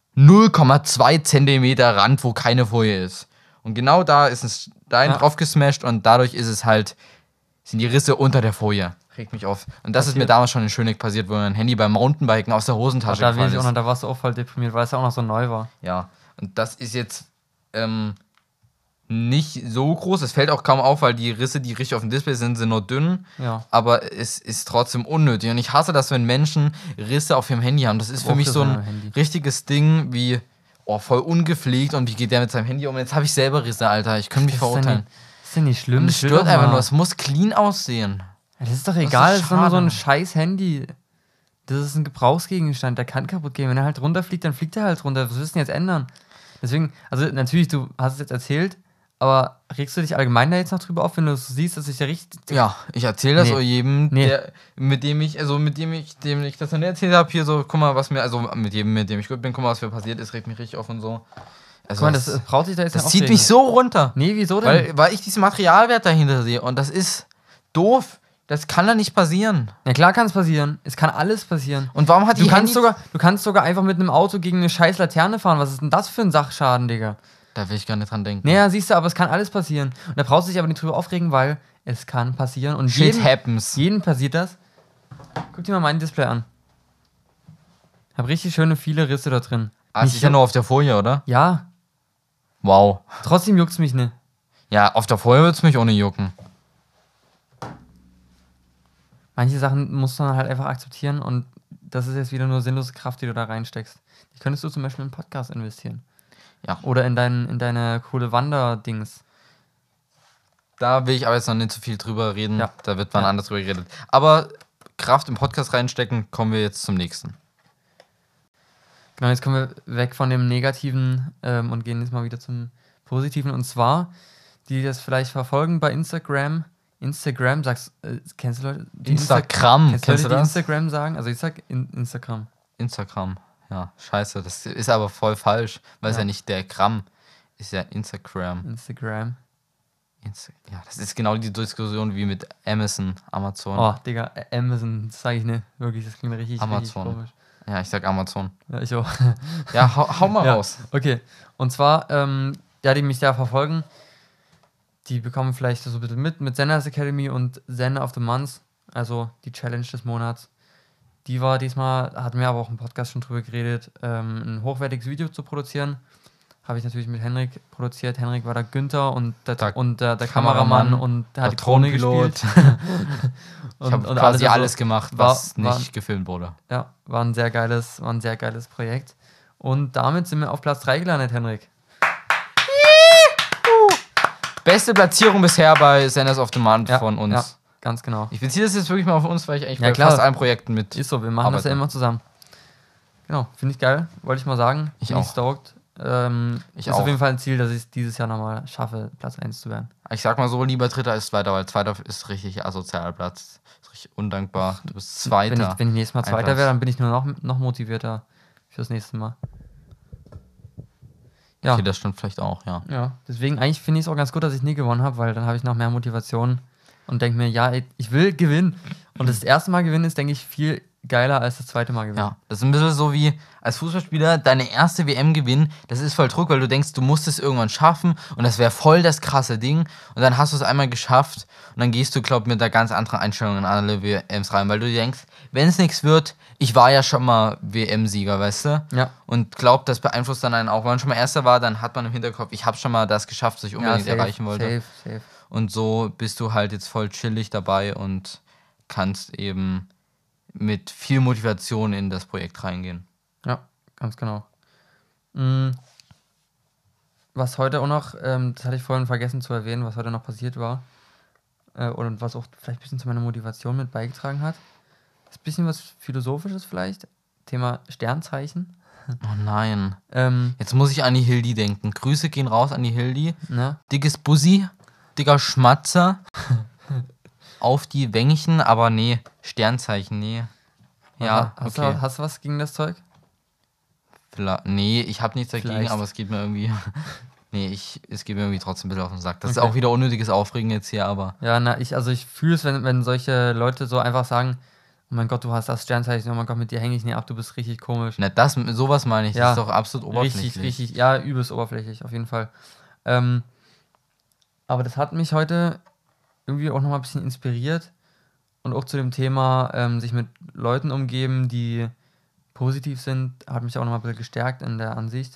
Speaker 2: 0,2 Zentimeter Rand, wo keine Folie ist. Und genau da ist ein Stein drauf gesmashed und dadurch ist es halt, sind die Risse unter der Folie. Regt mich auf. Und das ist mir damals schon in Schöneck passiert, wo mein Handy beim Mountainbiken aus der Hosentasche
Speaker 1: Da,
Speaker 2: gefallen ist.
Speaker 1: da warst du auch voll deprimiert, weil es ja auch noch so neu war.
Speaker 2: Ja, und das ist jetzt nicht so groß. Es fällt auch kaum auf, weil die Risse, die richtig auf dem Display sind, sind nur dünn.
Speaker 1: Ja.
Speaker 2: Aber es ist trotzdem unnötig. Und ich hasse das, wenn Menschen Risse auf ihrem Handy haben. Das ist für mich so ein richtiges Ding wie, voll ungepflegt und wie geht der mit seinem Handy um? Jetzt habe ich selber Risse, Alter. Ich könnte mich verurteilen.
Speaker 1: Ist denn nicht schlimm?
Speaker 2: Und es stört einfach nur. Es muss clean aussehen.
Speaker 1: Ja, das ist doch egal, das ist doch nur so ein
Speaker 2: schade.
Speaker 1: scheiß Handy. Das ist ein Gebrauchsgegenstand, der kann kaputt gehen. Wenn er halt runterfliegt, dann fliegt er halt runter. Was willst du denn jetzt ändern? Deswegen, also natürlich, du hast es jetzt erzählt, aber regst du dich allgemein da jetzt noch drüber auf, wenn du siehst, dass ich ja richtig...
Speaker 2: Ja, ich erzähle das
Speaker 1: Nee.
Speaker 2: auch jedem,
Speaker 1: Nee.
Speaker 2: dem ich das noch nicht erzählt habe, hier so, guck mal, was mir, also mit jedem, mit dem ich gut bin, guck mal, was mir passiert ist, regt mich richtig auf und so. Also
Speaker 1: Guck mal, das braucht sich da jetzt
Speaker 2: das
Speaker 1: nicht
Speaker 2: zieht
Speaker 1: aufregen.
Speaker 2: mich so runter.
Speaker 1: Nee, wieso denn?
Speaker 2: Weil ich diesen Materialwert dahinter sehe und das ist doof. Das kann doch nicht passieren.
Speaker 1: Ja, klar kann es passieren. Es kann alles passieren.
Speaker 2: Und warum hat
Speaker 1: Du
Speaker 2: die
Speaker 1: kannst,
Speaker 2: Handy...
Speaker 1: du kannst sogar einfach mit einem Auto gegen eine scheiß Laterne fahren. Was ist denn das für ein Sachschaden, Digga?
Speaker 2: Da will ich gar nicht dran denken.
Speaker 1: Naja, siehst du, aber es kann alles passieren. Und da brauchst du dich aber nicht drüber aufregen, weil es kann passieren. Und
Speaker 2: Shit happens.
Speaker 1: jedem passiert das. Guck dir mal mein Display an. Ich habe richtig schöne, viele Risse da drin.
Speaker 2: Ah, es ist ja nur auf der Folie, oder?
Speaker 1: Ja,
Speaker 2: Wow.
Speaker 1: trotzdem juckt's mich nicht.
Speaker 2: Ja, auf der Folie würde es mich ohne jucken.
Speaker 1: Manche Sachen musst du dann halt einfach akzeptieren und das ist jetzt wieder nur sinnlose Kraft, die du da reinsteckst. Die könntest du zum Beispiel in einen Podcast investieren.
Speaker 2: Ja.
Speaker 1: Oder in deine coole Wanderdings.
Speaker 2: Da will ich aber jetzt noch nicht so viel drüber reden.
Speaker 1: Ja.
Speaker 2: Da wird man anders drüber geredet. Aber Kraft im Podcast reinstecken, kommen wir jetzt zum nächsten.
Speaker 1: Genau, jetzt kommen wir weg von dem Negativen und gehen jetzt mal wieder zum Positiven. Und zwar, die das vielleicht verfolgen bei Instagram, kennst du Leute? Die
Speaker 2: Instagram,
Speaker 1: kennst
Speaker 2: kennst
Speaker 1: du
Speaker 2: du
Speaker 1: Leute, die
Speaker 2: das?
Speaker 1: Instagram sagen? Also ich sag Instagram.
Speaker 2: Instagram. Ja, scheiße. Das ist aber voll falsch. Weil es
Speaker 1: Ja.
Speaker 2: ja nicht der Gramm ist, ja Instagram.
Speaker 1: Instagram.
Speaker 2: Ja, das ist genau die Diskussion wie mit Amazon.
Speaker 1: Oh, Digga, Amazon, das sag ich nicht. Wirklich, das klingt richtig
Speaker 2: Amazon.
Speaker 1: komisch.
Speaker 2: Ja, ich sag Amazon.
Speaker 1: Ja, ich auch.
Speaker 2: Ja, hau mal
Speaker 1: Ja,
Speaker 2: raus.
Speaker 1: okay. Und zwar, die mich da verfolgen, die bekommen vielleicht so ein bisschen mit Zender's Academy und Zen of the Month, also die Challenge des Monats. Die war diesmal, hatten wir aber auch im Podcast schon drüber geredet, ein hochwertiges Video zu produzieren. Habe ich natürlich mit Henrik produziert. Henrik war der Günther und der Kameramann und der hat die Krone
Speaker 2: Tonpilot.
Speaker 1: gespielt.
Speaker 2: Ich habe quasi
Speaker 1: also
Speaker 2: alles gemacht,
Speaker 1: war-
Speaker 2: was
Speaker 1: war-
Speaker 2: nicht gefilmt wurde.
Speaker 1: Ja, war ein sehr geiles Projekt. Und damit sind wir auf Platz 3 gelandet, Henrik.
Speaker 2: Beste Platzierung bisher bei Senders of the Month
Speaker 1: Ja,
Speaker 2: von uns.
Speaker 1: Ja, ganz genau.
Speaker 2: Ich beziehe das jetzt wirklich mal auf uns, weil ich eigentlich
Speaker 1: Ja,
Speaker 2: bei
Speaker 1: klar.
Speaker 2: fast allen Projekten mit.
Speaker 1: Ist so, wir machen das ja
Speaker 2: arbeite.
Speaker 1: immer zusammen. Genau, finde ich geil, wollte ich mal sagen.
Speaker 2: Ich
Speaker 1: Bin
Speaker 2: auch.
Speaker 1: stoked.
Speaker 2: Ich
Speaker 1: ist
Speaker 2: auch.
Speaker 1: auf jeden Fall ein Ziel, dass ich es dieses Jahr nochmal schaffe, Platz 1 zu werden.
Speaker 2: Ich sag mal so, lieber Dritter als Zweiter, weil Zweiter ist richtig asozialer Platz. Ist richtig undankbar. Du bist Zweiter.
Speaker 1: Wenn ich nächstes Mal
Speaker 2: Einfach.
Speaker 1: Zweiter wäre, dann bin ich nur noch motivierter fürs nächste Mal. Ja,
Speaker 2: Okay, das stimmt vielleicht auch, ja.
Speaker 1: ja. Deswegen eigentlich finde ich es auch ganz gut, dass ich nie gewonnen habe, weil dann habe ich noch mehr Motivation und denke mir, ja, ey, ich will gewinnen. Und das erste Mal gewinnen ist, denke ich, viel geiler als das zweite Mal gewinnen.
Speaker 2: Ja, das ist ein bisschen so wie als Fußballspieler deine erste WM gewinnen. Das ist voll Druck, weil du denkst, du musst es irgendwann schaffen und das wäre voll das krasse Ding. Und dann hast du es einmal geschafft und dann gehst du, glaub, mit einer ganz anderen Einstellung in alle WMs rein, weil du denkst, wenn es nichts wird, ich war ja schon mal WM-Sieger, weißt du?
Speaker 1: Ja.
Speaker 2: Und glaub, das beeinflusst dann einen auch. Wenn man schon mal Erster war, dann hat man im Hinterkopf, ich habe schon mal das geschafft, was ich unbedingt erreichen wollte.
Speaker 1: Safe.
Speaker 2: Und so bist du halt jetzt voll chillig dabei und kannst eben mit viel Motivation in das Projekt reingehen.
Speaker 1: Ja, ganz genau. Was heute auch noch, das hatte ich vorhin vergessen zu erwähnen, was heute noch passiert war, und was auch vielleicht ein bisschen zu meiner Motivation mit beigetragen hat, ist ein bisschen was Philosophisches vielleicht, Thema Sternzeichen.
Speaker 2: Oh nein. Jetzt muss ich an die Hildi denken. Grüße gehen raus an die Hildi.
Speaker 1: Ne?
Speaker 2: Dickes Bussi, dicker Schmatzer. Auf die Wängchen, aber nee, Sternzeichen, nee. Ja,
Speaker 1: hast
Speaker 2: okay.
Speaker 1: du was gegen das Zeug?
Speaker 2: Nee, ich habe nichts dagegen,
Speaker 1: Vielleicht.
Speaker 2: aber es geht mir irgendwie... Nee, es geht mir irgendwie trotzdem ein bisschen auf den Sack. Das ist
Speaker 1: Okay.
Speaker 2: auch wieder unnötiges Aufregen jetzt hier, aber...
Speaker 1: Ja, ich fühle es, wenn solche Leute so einfach sagen, oh mein Gott, du hast das Sternzeichen, oh mein Gott, mit dir hänge ich nicht ab, du bist richtig komisch.
Speaker 2: Na, sowas meine ich.
Speaker 1: Ja,
Speaker 2: Das ist doch absolut oberflächlich.
Speaker 1: Richtig, ja, übelst oberflächlich, auf jeden Fall. Aber das hat mich heute irgendwie auch nochmal ein bisschen inspiriert und auch zu dem Thema sich mit Leuten umgeben, die positiv sind, hat mich auch nochmal ein bisschen gestärkt in der Ansicht.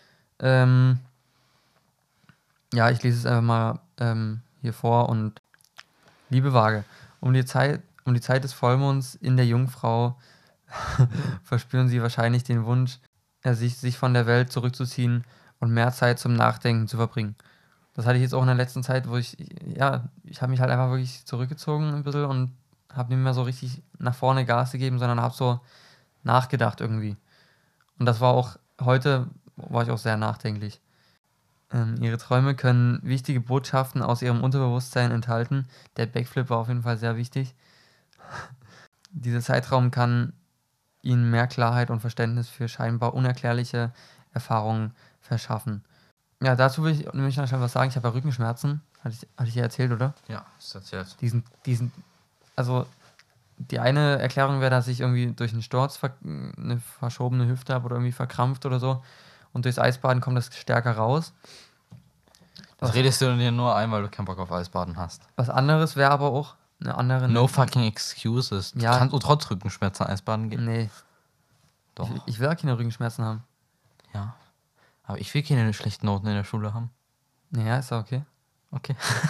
Speaker 1: Ja, ich lese es einfach mal hier vor und liebe Waage, um die Zeit des Vollmonds in der Jungfrau verspüren Sie wahrscheinlich den Wunsch, sich von der Welt zurückzuziehen und mehr Zeit zum Nachdenken zu verbringen. Das hatte ich jetzt auch in der letzten Zeit, wo ich habe mich halt einfach wirklich zurückgezogen ein bisschen und habe nicht mehr so richtig nach vorne Gas gegeben, sondern habe so nachgedacht irgendwie. Und das war auch, heute war ich auch sehr nachdenklich. Ihre Träume können wichtige Botschaften aus ihrem Unterbewusstsein enthalten. Der Backflip war auf jeden Fall sehr wichtig. Dieser Zeitraum kann Ihnen mehr Klarheit und Verständnis für scheinbar unerklärliche Erfahrungen verschaffen. Ja, dazu will ich nämlich noch schnell was sagen. Ich habe ja Rückenschmerzen. Hatte ich dir erzählt, oder?
Speaker 2: Ja, ist erzählt.
Speaker 1: Die sind also die eine Erklärung wäre, dass ich irgendwie durch einen Sturz eine verschobene Hüfte habe oder irgendwie verkrampft oder so. Und durchs Eisbaden kommt das stärker raus.
Speaker 2: Das redest du dir nur ein, weil du keinen Bock auf Eisbaden hast.
Speaker 1: Was anderes wäre aber auch eine andere...
Speaker 2: No fucking excuses.
Speaker 1: Ja.
Speaker 2: Kannst du trotz Rückenschmerzen Eisbaden gehen?
Speaker 1: Nee,
Speaker 2: Doch.
Speaker 1: ich will auch keine Rückenschmerzen haben.
Speaker 2: Ja. Aber ich will keine schlechten Noten in der Schule haben.
Speaker 1: Naja, ist ja okay.
Speaker 2: Okay.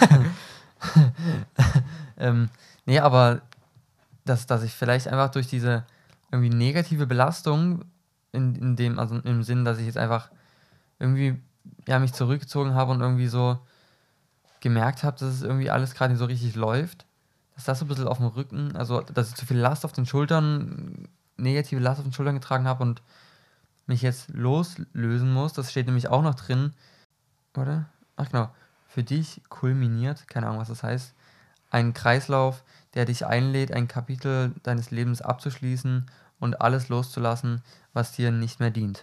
Speaker 1: Nee, aber dass ich vielleicht einfach durch diese irgendwie negative Belastung in dem, also im Sinn, dass ich jetzt einfach irgendwie ja, mich zurückgezogen habe und irgendwie so gemerkt habe, dass es irgendwie alles gerade nicht so richtig läuft, dass das so ein bisschen auf dem Rücken, also dass ich zu viel Last auf den Schultern, negative Last auf den Schultern getragen habe und mich jetzt loslösen muss. Das steht nämlich auch noch drin, oder? Ach genau, für dich kulminiert, keine Ahnung, was das heißt, ein Kreislauf, der dich einlädt, ein Kapitel deines Lebens abzuschließen und alles loszulassen, was dir nicht mehr dient.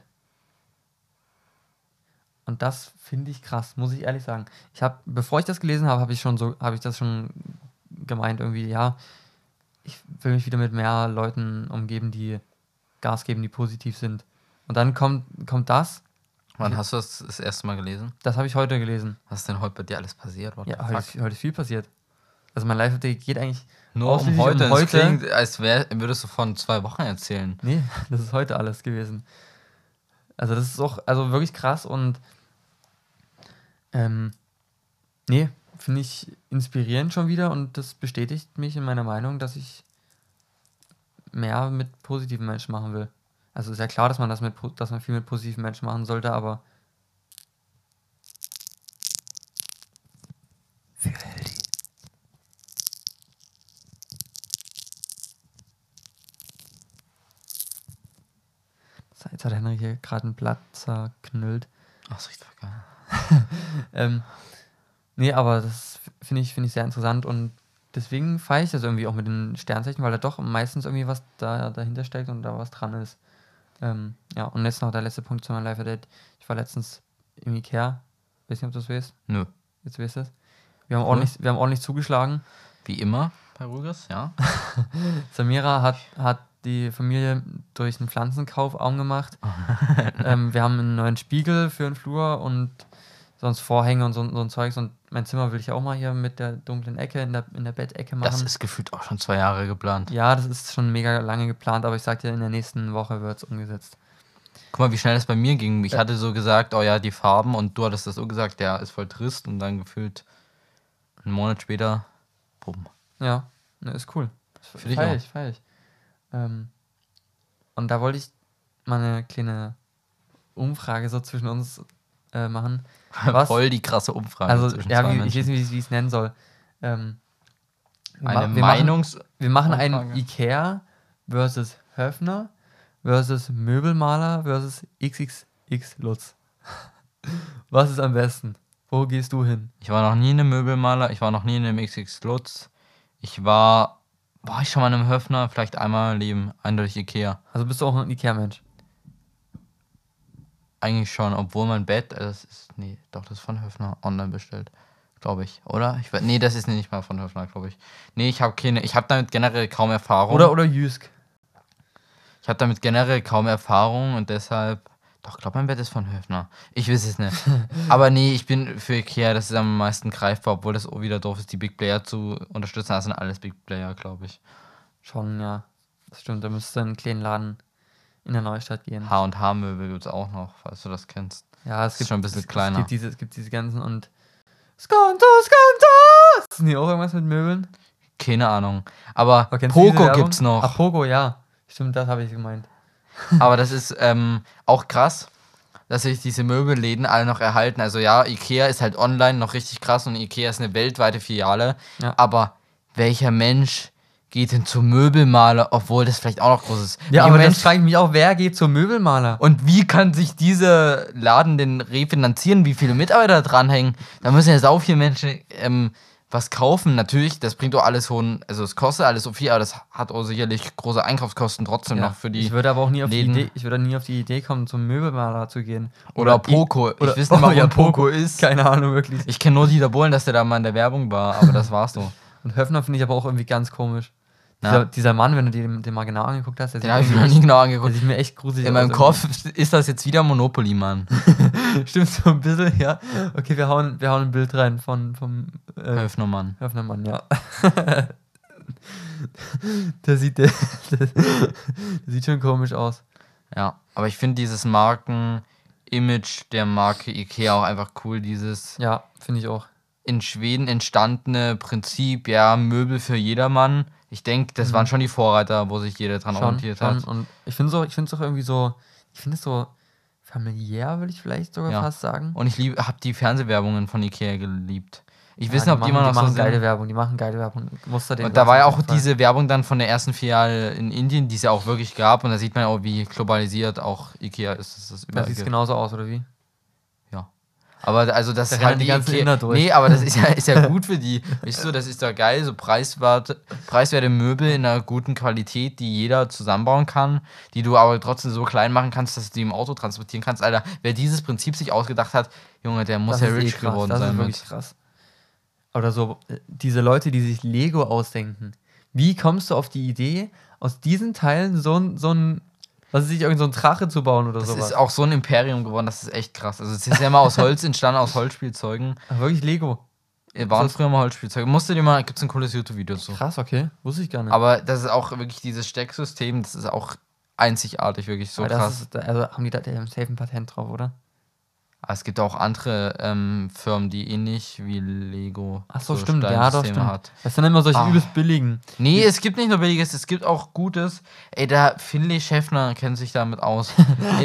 Speaker 1: Und das finde ich krass, muss ich ehrlich sagen. Bevor ich das gelesen habe, habe ich das schon gemeint, irgendwie, ja, ich will mich wieder mit mehr Leuten umgeben, die Gas geben, die positiv sind. Und dann kommt das.
Speaker 2: Wann hast du das erste Mal gelesen?
Speaker 1: Das habe ich heute gelesen.
Speaker 2: Was ist denn heute bei dir alles passiert? What
Speaker 1: Ja,
Speaker 2: the fuck?
Speaker 1: heute ist viel passiert. Also mein Live-Update geht eigentlich
Speaker 2: Nur um
Speaker 1: ausschließlich
Speaker 2: heute.
Speaker 1: um
Speaker 2: Das
Speaker 1: heute.
Speaker 2: klingt, als würdest du von 2 Wochen erzählen.
Speaker 1: Nee, das ist heute alles gewesen. Also das ist auch also wirklich krass und nee, finde ich inspirierend schon wieder und das bestätigt mich in meiner Meinung, dass ich mehr mit positiven Menschen machen will. Also ist ja klar, dass man viel mit positiven Menschen machen sollte, aber jetzt hat Henry hier gerade ein Blatt zerknüllt.
Speaker 2: Ach, das riecht voll geil.
Speaker 1: Nee, aber das finde ich sehr interessant und deswegen feiere ich das irgendwie auch mit den Sternzeichen, weil da doch meistens irgendwie was dahinter steckt und da was dran ist. Ja, und jetzt noch der letzte Punkt zu meinem Live-Update. Ich war letztens im Ikea. Weiß nicht, ob du das weißt.
Speaker 2: Nö.
Speaker 1: Jetzt weißt du es. Wir haben ordentlich zugeschlagen.
Speaker 2: Wie immer bei Rugas, ja.
Speaker 1: Samira hat die Familie durch einen Pflanzenkauf Augen gemacht. Wir haben einen neuen Spiegel für den Flur und sonst Vorhänge und so ein Zeugs. Und mein Zimmer will ich auch mal hier mit der dunklen Ecke in der Bettecke machen.
Speaker 2: Das ist gefühlt auch schon 2 Jahre geplant.
Speaker 1: Ja, das ist schon mega lange geplant, aber ich sag dir, in der nächsten Woche wird es umgesetzt.
Speaker 2: Guck mal, wie schnell das bei mir ging. Ich hatte so gesagt, oh ja, die Farben und du hattest das so gesagt, der ist voll trist und dann gefühlt einen Monat später, bumm.
Speaker 1: Ja, ne, ist cool.
Speaker 2: Für dich auch.
Speaker 1: Feier ich. Und da wollte ich mal eine kleine Umfrage so zwischen uns machen.
Speaker 2: Voll die krasse Umfrage
Speaker 1: Also,
Speaker 2: zwischen
Speaker 1: ja,
Speaker 2: zwei
Speaker 1: ich
Speaker 2: Menschen.
Speaker 1: weiß nicht, wie ich es nennen soll.
Speaker 2: Eine
Speaker 1: Wir machen einen
Speaker 2: Umfrage.
Speaker 1: Ikea versus Höfner versus Möbelmaler versus XXX Lutz. Was ist am besten? Wo gehst du hin?
Speaker 2: Ich war noch nie in einem Möbelmaler, ich war noch nie in einem XX Lutz. War ich schon mal in einem Höfner? Vielleicht einmal im Leben, eindeutig Ikea.
Speaker 1: Also bist du auch ein Ikea-Mensch?
Speaker 2: Eigentlich schon, obwohl mein Bett, das ist von Höfner online bestellt, glaube ich, oder? Nee, das ist nicht mal von Höfner, glaube ich. Nee, ich habe damit generell kaum Erfahrung.
Speaker 1: Oder Jysk?
Speaker 2: Ich habe damit generell kaum Erfahrung und deshalb, doch, ich glaube, mein Bett ist von Höfner. Ich weiß es nicht. Aber nee, ich bin für Ikea, das ist am meisten greifbar, obwohl das auch wieder doof ist, die Big Player zu unterstützen. Das sind alles Big Player, glaube ich.
Speaker 1: Schon, ja. Das stimmt, da müsstest du in einen kleinen Laden in der Neustadt gehen.
Speaker 2: H&H-Möbel gibt es auch noch, falls du das kennst.
Speaker 1: Ja, es
Speaker 2: ist
Speaker 1: gibt
Speaker 2: schon ein bisschen kleiner.
Speaker 1: Es gibt diese ganzen und Skonto! Ist nicht auch irgendwas mit Möbeln?
Speaker 2: Keine Ahnung. Aber
Speaker 1: kennst du diese
Speaker 2: Poco
Speaker 1: Werbung?
Speaker 2: gibt's noch.
Speaker 1: Ach, Poco, ja. Stimmt, das habe ich gemeint.
Speaker 2: Aber das ist auch krass, dass sich diese Möbelläden alle noch erhalten. Also ja, Ikea ist halt online noch richtig krass und Ikea ist eine weltweite Filiale.
Speaker 1: Ja.
Speaker 2: Aber welcher Mensch geht denn zum Möbelmaler, obwohl das vielleicht auch noch groß ist?
Speaker 1: Ja,
Speaker 2: Welcher
Speaker 1: aber
Speaker 2: Mensch,
Speaker 1: das frage ich mich auch, wer geht zum Möbelmaler?
Speaker 2: und wie kann sich dieser Laden denn refinanzieren? Wie viele Mitarbeiter dranhängen? Da müssen ja sau viele Menschen was kaufen. Natürlich, das bringt auch alles hohen, also es kostet alles so viel, aber das hat auch sicherlich große Einkaufskosten trotzdem noch für die.
Speaker 1: Ich würde aber auch nie auf
Speaker 2: Läden.
Speaker 1: nie auf die Idee kommen, zum Möbelmaler zu gehen.
Speaker 2: Oder Poco.
Speaker 1: Oder,
Speaker 2: weiß nicht mal,
Speaker 1: ja,
Speaker 2: wo Poco ist.
Speaker 1: Keine Ahnung, wirklich.
Speaker 2: Ich kenne nur Dieter Bohlen, dass der da mal in der Werbung war, aber das war's so.
Speaker 1: Und Höfner finde ich aber auch irgendwie ganz komisch.
Speaker 2: Ja.
Speaker 1: Dieser Mann, wenn du dir den mal genau angeguckt hast,
Speaker 2: Den habe ich mir noch nie genau angeguckt.
Speaker 1: der sieht mir echt gruselig aus.
Speaker 2: In meinem Kopf ist das jetzt wieder Monopoly, Mann.
Speaker 1: Stimmt so ein bisschen, ja. Okay, wir hauen ein Bild rein vom
Speaker 2: Höfnermann.
Speaker 1: Höfnermann, ja. der sieht schon komisch aus.
Speaker 2: Ja, aber ich finde dieses Marken-Image der Marke Ikea auch einfach cool. Dieses
Speaker 1: Ja, finde ich auch.
Speaker 2: in Schweden entstandene Prinzip, ja, Möbel für jedermann. Ich denke, das waren schon die Vorreiter, wo sich jeder dran orientiert hat.
Speaker 1: Und ich finde es auch irgendwie so, ich finde es so familiär, will ich vielleicht sogar fast sagen.
Speaker 2: Und ich habe die Fernsehwerbungen von Ikea geliebt. Ich weiß
Speaker 1: Ja,
Speaker 2: nicht, ob die immer noch so sind.
Speaker 1: Die machen geile Werbung.
Speaker 2: Und da war ja auch diese Werbung dann von der ersten Filiale in Indien, die es ja auch wirklich gab. Und da sieht man auch, wie globalisiert auch Ikea ist. Das
Speaker 1: Da sieht es genauso aus, oder wie?
Speaker 2: Ja. Aber also das
Speaker 1: Da
Speaker 2: ist halt
Speaker 1: rennen die ganzen Inder durch.
Speaker 2: Nee, aber das ist ja gut für die. Weißt du, das ist doch geil, so preiswerte Möbel in einer guten Qualität, die jeder zusammenbauen kann, die du aber trotzdem so klein machen kannst, dass du die im Auto transportieren kannst. Alter, wer dieses Prinzip sich ausgedacht hat, Junge, der muss ja rich geworden sein.
Speaker 1: Das ist wirklich krass. Oder so, diese Leute, die sich Lego ausdenken. Wie kommst du auf die Idee, aus diesen Teilen so ein was ist nicht, irgend so ein Drache zu bauen oder sowas?
Speaker 2: Das ist auch so ein Imperium geworden, das ist echt krass. Also es ist ja mal aus Holz entstanden, aus Holzspielzeugen.
Speaker 1: Ach, wirklich Lego?
Speaker 2: Waren früher mal Holzspielzeuge. Gibt's ein cooles YouTube-Video zu.
Speaker 1: Krass, okay. Wusste ich gar nicht.
Speaker 2: Aber das ist auch wirklich dieses Stecksystem, das ist auch einzigartig, wirklich so krass.
Speaker 1: Also haben die da safe ein Patent drauf, oder?
Speaker 2: Aber es gibt auch andere Firmen, die ähnlich wie Lego
Speaker 1: Ach so, stimmt, ja, doch, stimmt.
Speaker 2: hat.
Speaker 1: Das sind immer solche übelst billigen.
Speaker 2: Nee, es gibt nicht nur billiges, es gibt auch Gutes. Ey, der Finlay Schäffner kennt sich damit aus.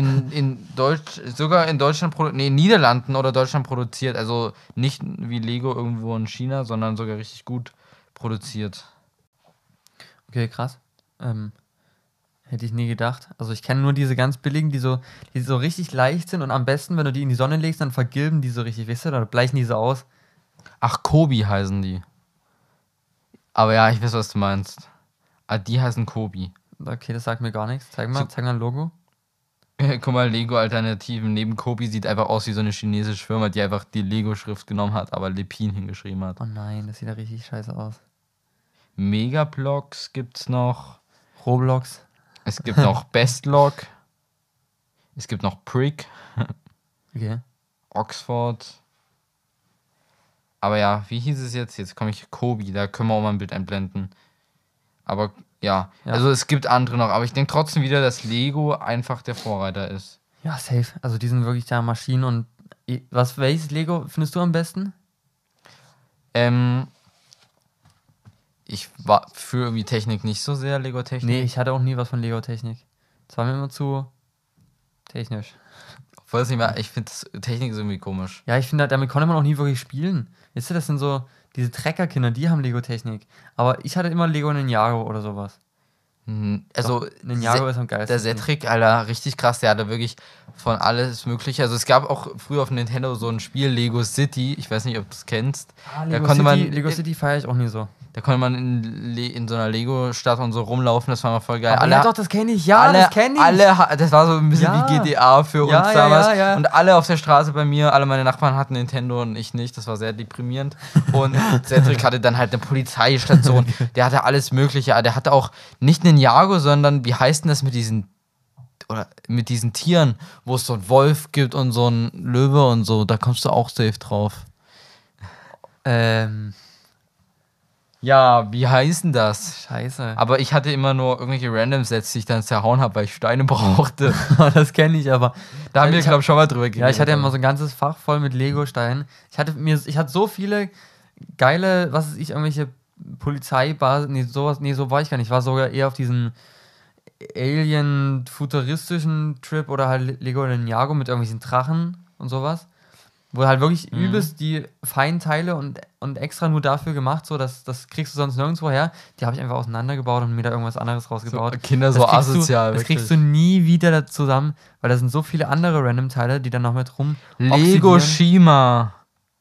Speaker 2: Sogar in Deutschland Niederlanden oder Deutschland produziert. Also nicht wie Lego irgendwo in China, sondern sogar richtig gut produziert.
Speaker 1: Okay, krass. Hätte ich nie gedacht. Also ich kenne nur diese ganz billigen, die so richtig leicht sind und am besten, wenn du die in die Sonne legst, dann vergilben die so richtig, weißt du, dann bleichen die so aus.
Speaker 2: Ach, Kobi heißen die. Aber ja, ich weiß, was du meinst. Ah, die heißen Kobi.
Speaker 1: Okay, das sagt mir gar nichts. Zeig mal ein Logo.
Speaker 2: Guck mal, Lego-Alternativen. Neben Kobi sieht einfach aus wie so eine chinesische Firma, die einfach die Lego-Schrift genommen hat, aber Lepin hingeschrieben hat.
Speaker 1: Oh nein, das sieht ja richtig scheiße aus.
Speaker 2: Megablocks gibt's noch.
Speaker 1: Roblox.
Speaker 2: Es gibt noch Bestlog. Es gibt noch Prick.
Speaker 1: Okay.
Speaker 2: Oxford. Aber ja, wie hieß es jetzt? Jetzt komme ich Kobi, da können wir auch mal ein Bild einblenden. Aber ja, also es gibt andere noch, aber ich denke trotzdem wieder, dass Lego einfach der Vorreiter ist.
Speaker 1: Ja, safe. Also die sind wirklich da Maschinen und welches Lego findest du am besten?
Speaker 2: Ich war für irgendwie Technik nicht so sehr, Lego-Technik.
Speaker 1: Nee, ich hatte auch nie was von Lego-Technik. Das war mir immer zu technisch.
Speaker 2: Weiß nicht mehr, ich finde Technik ist irgendwie komisch.
Speaker 1: Ja, ich finde, damit konnte man auch nie wirklich spielen. Weißt du, das sind so, diese Treckerkinder, die haben Lego-Technik. Aber ich hatte immer Lego Ninjago oder sowas.
Speaker 2: Also,
Speaker 1: doch, Ninjago ist am geilsten.
Speaker 2: Der Cedric, Alter, richtig krass, der hatte wirklich von alles Mögliche. Also es gab auch früher auf Nintendo so ein Spiel, Lego City, ich weiß nicht, ob du es kennst.
Speaker 1: Lego City feiere ich auch nie so.
Speaker 2: Da konnte man in so einer Lego-Stadt und so rumlaufen, das war mal voll geil.
Speaker 1: Ja doch, das kenne ich, das
Speaker 2: war so ein bisschen wie GTA für uns damals.
Speaker 1: Ja.
Speaker 2: Und alle auf der Straße bei mir, alle meine Nachbarn hatten Nintendo und ich nicht, das war sehr deprimierend. Und Cedric hatte dann halt eine Polizeistation, der hatte alles Mögliche, der hatte auch nicht einen Ninjago, sondern wie heißt denn das mit diesen Tieren, wo es so einen Wolf gibt und so einen Löwe und so, da kommst du auch safe drauf. Ja, wie heißt denn das?
Speaker 1: Scheiße.
Speaker 2: Aber ich hatte immer nur irgendwelche Random-Sets, die ich dann zerhauen habe, weil ich Steine brauchte.
Speaker 1: Das kenne ich aber.
Speaker 2: Da haben wir, glaube ich, schon mal drüber geredet.
Speaker 1: Ja, ich hatte ja immer so ein ganzes Fach voll mit Lego-Steinen. Ich hatte so viele geile, irgendwelche Polizeibasen, so war ich gar nicht. Ich war sogar eher auf diesen Alien-futuristischen Trip oder halt Lego Ninjago mit irgendwelchen Drachen und sowas. Wo halt wirklich übelst die feinen Teile und extra nur dafür gemacht, so das kriegst du sonst nirgendwo her. Die habe ich einfach auseinandergebaut und mir da irgendwas anderes rausgebaut.
Speaker 2: So, Kinder so asozial.
Speaker 1: Das kriegst du nie wieder da zusammen, weil da sind so viele andere Random-Teile, die dann noch mit rum.
Speaker 2: Lego Shima.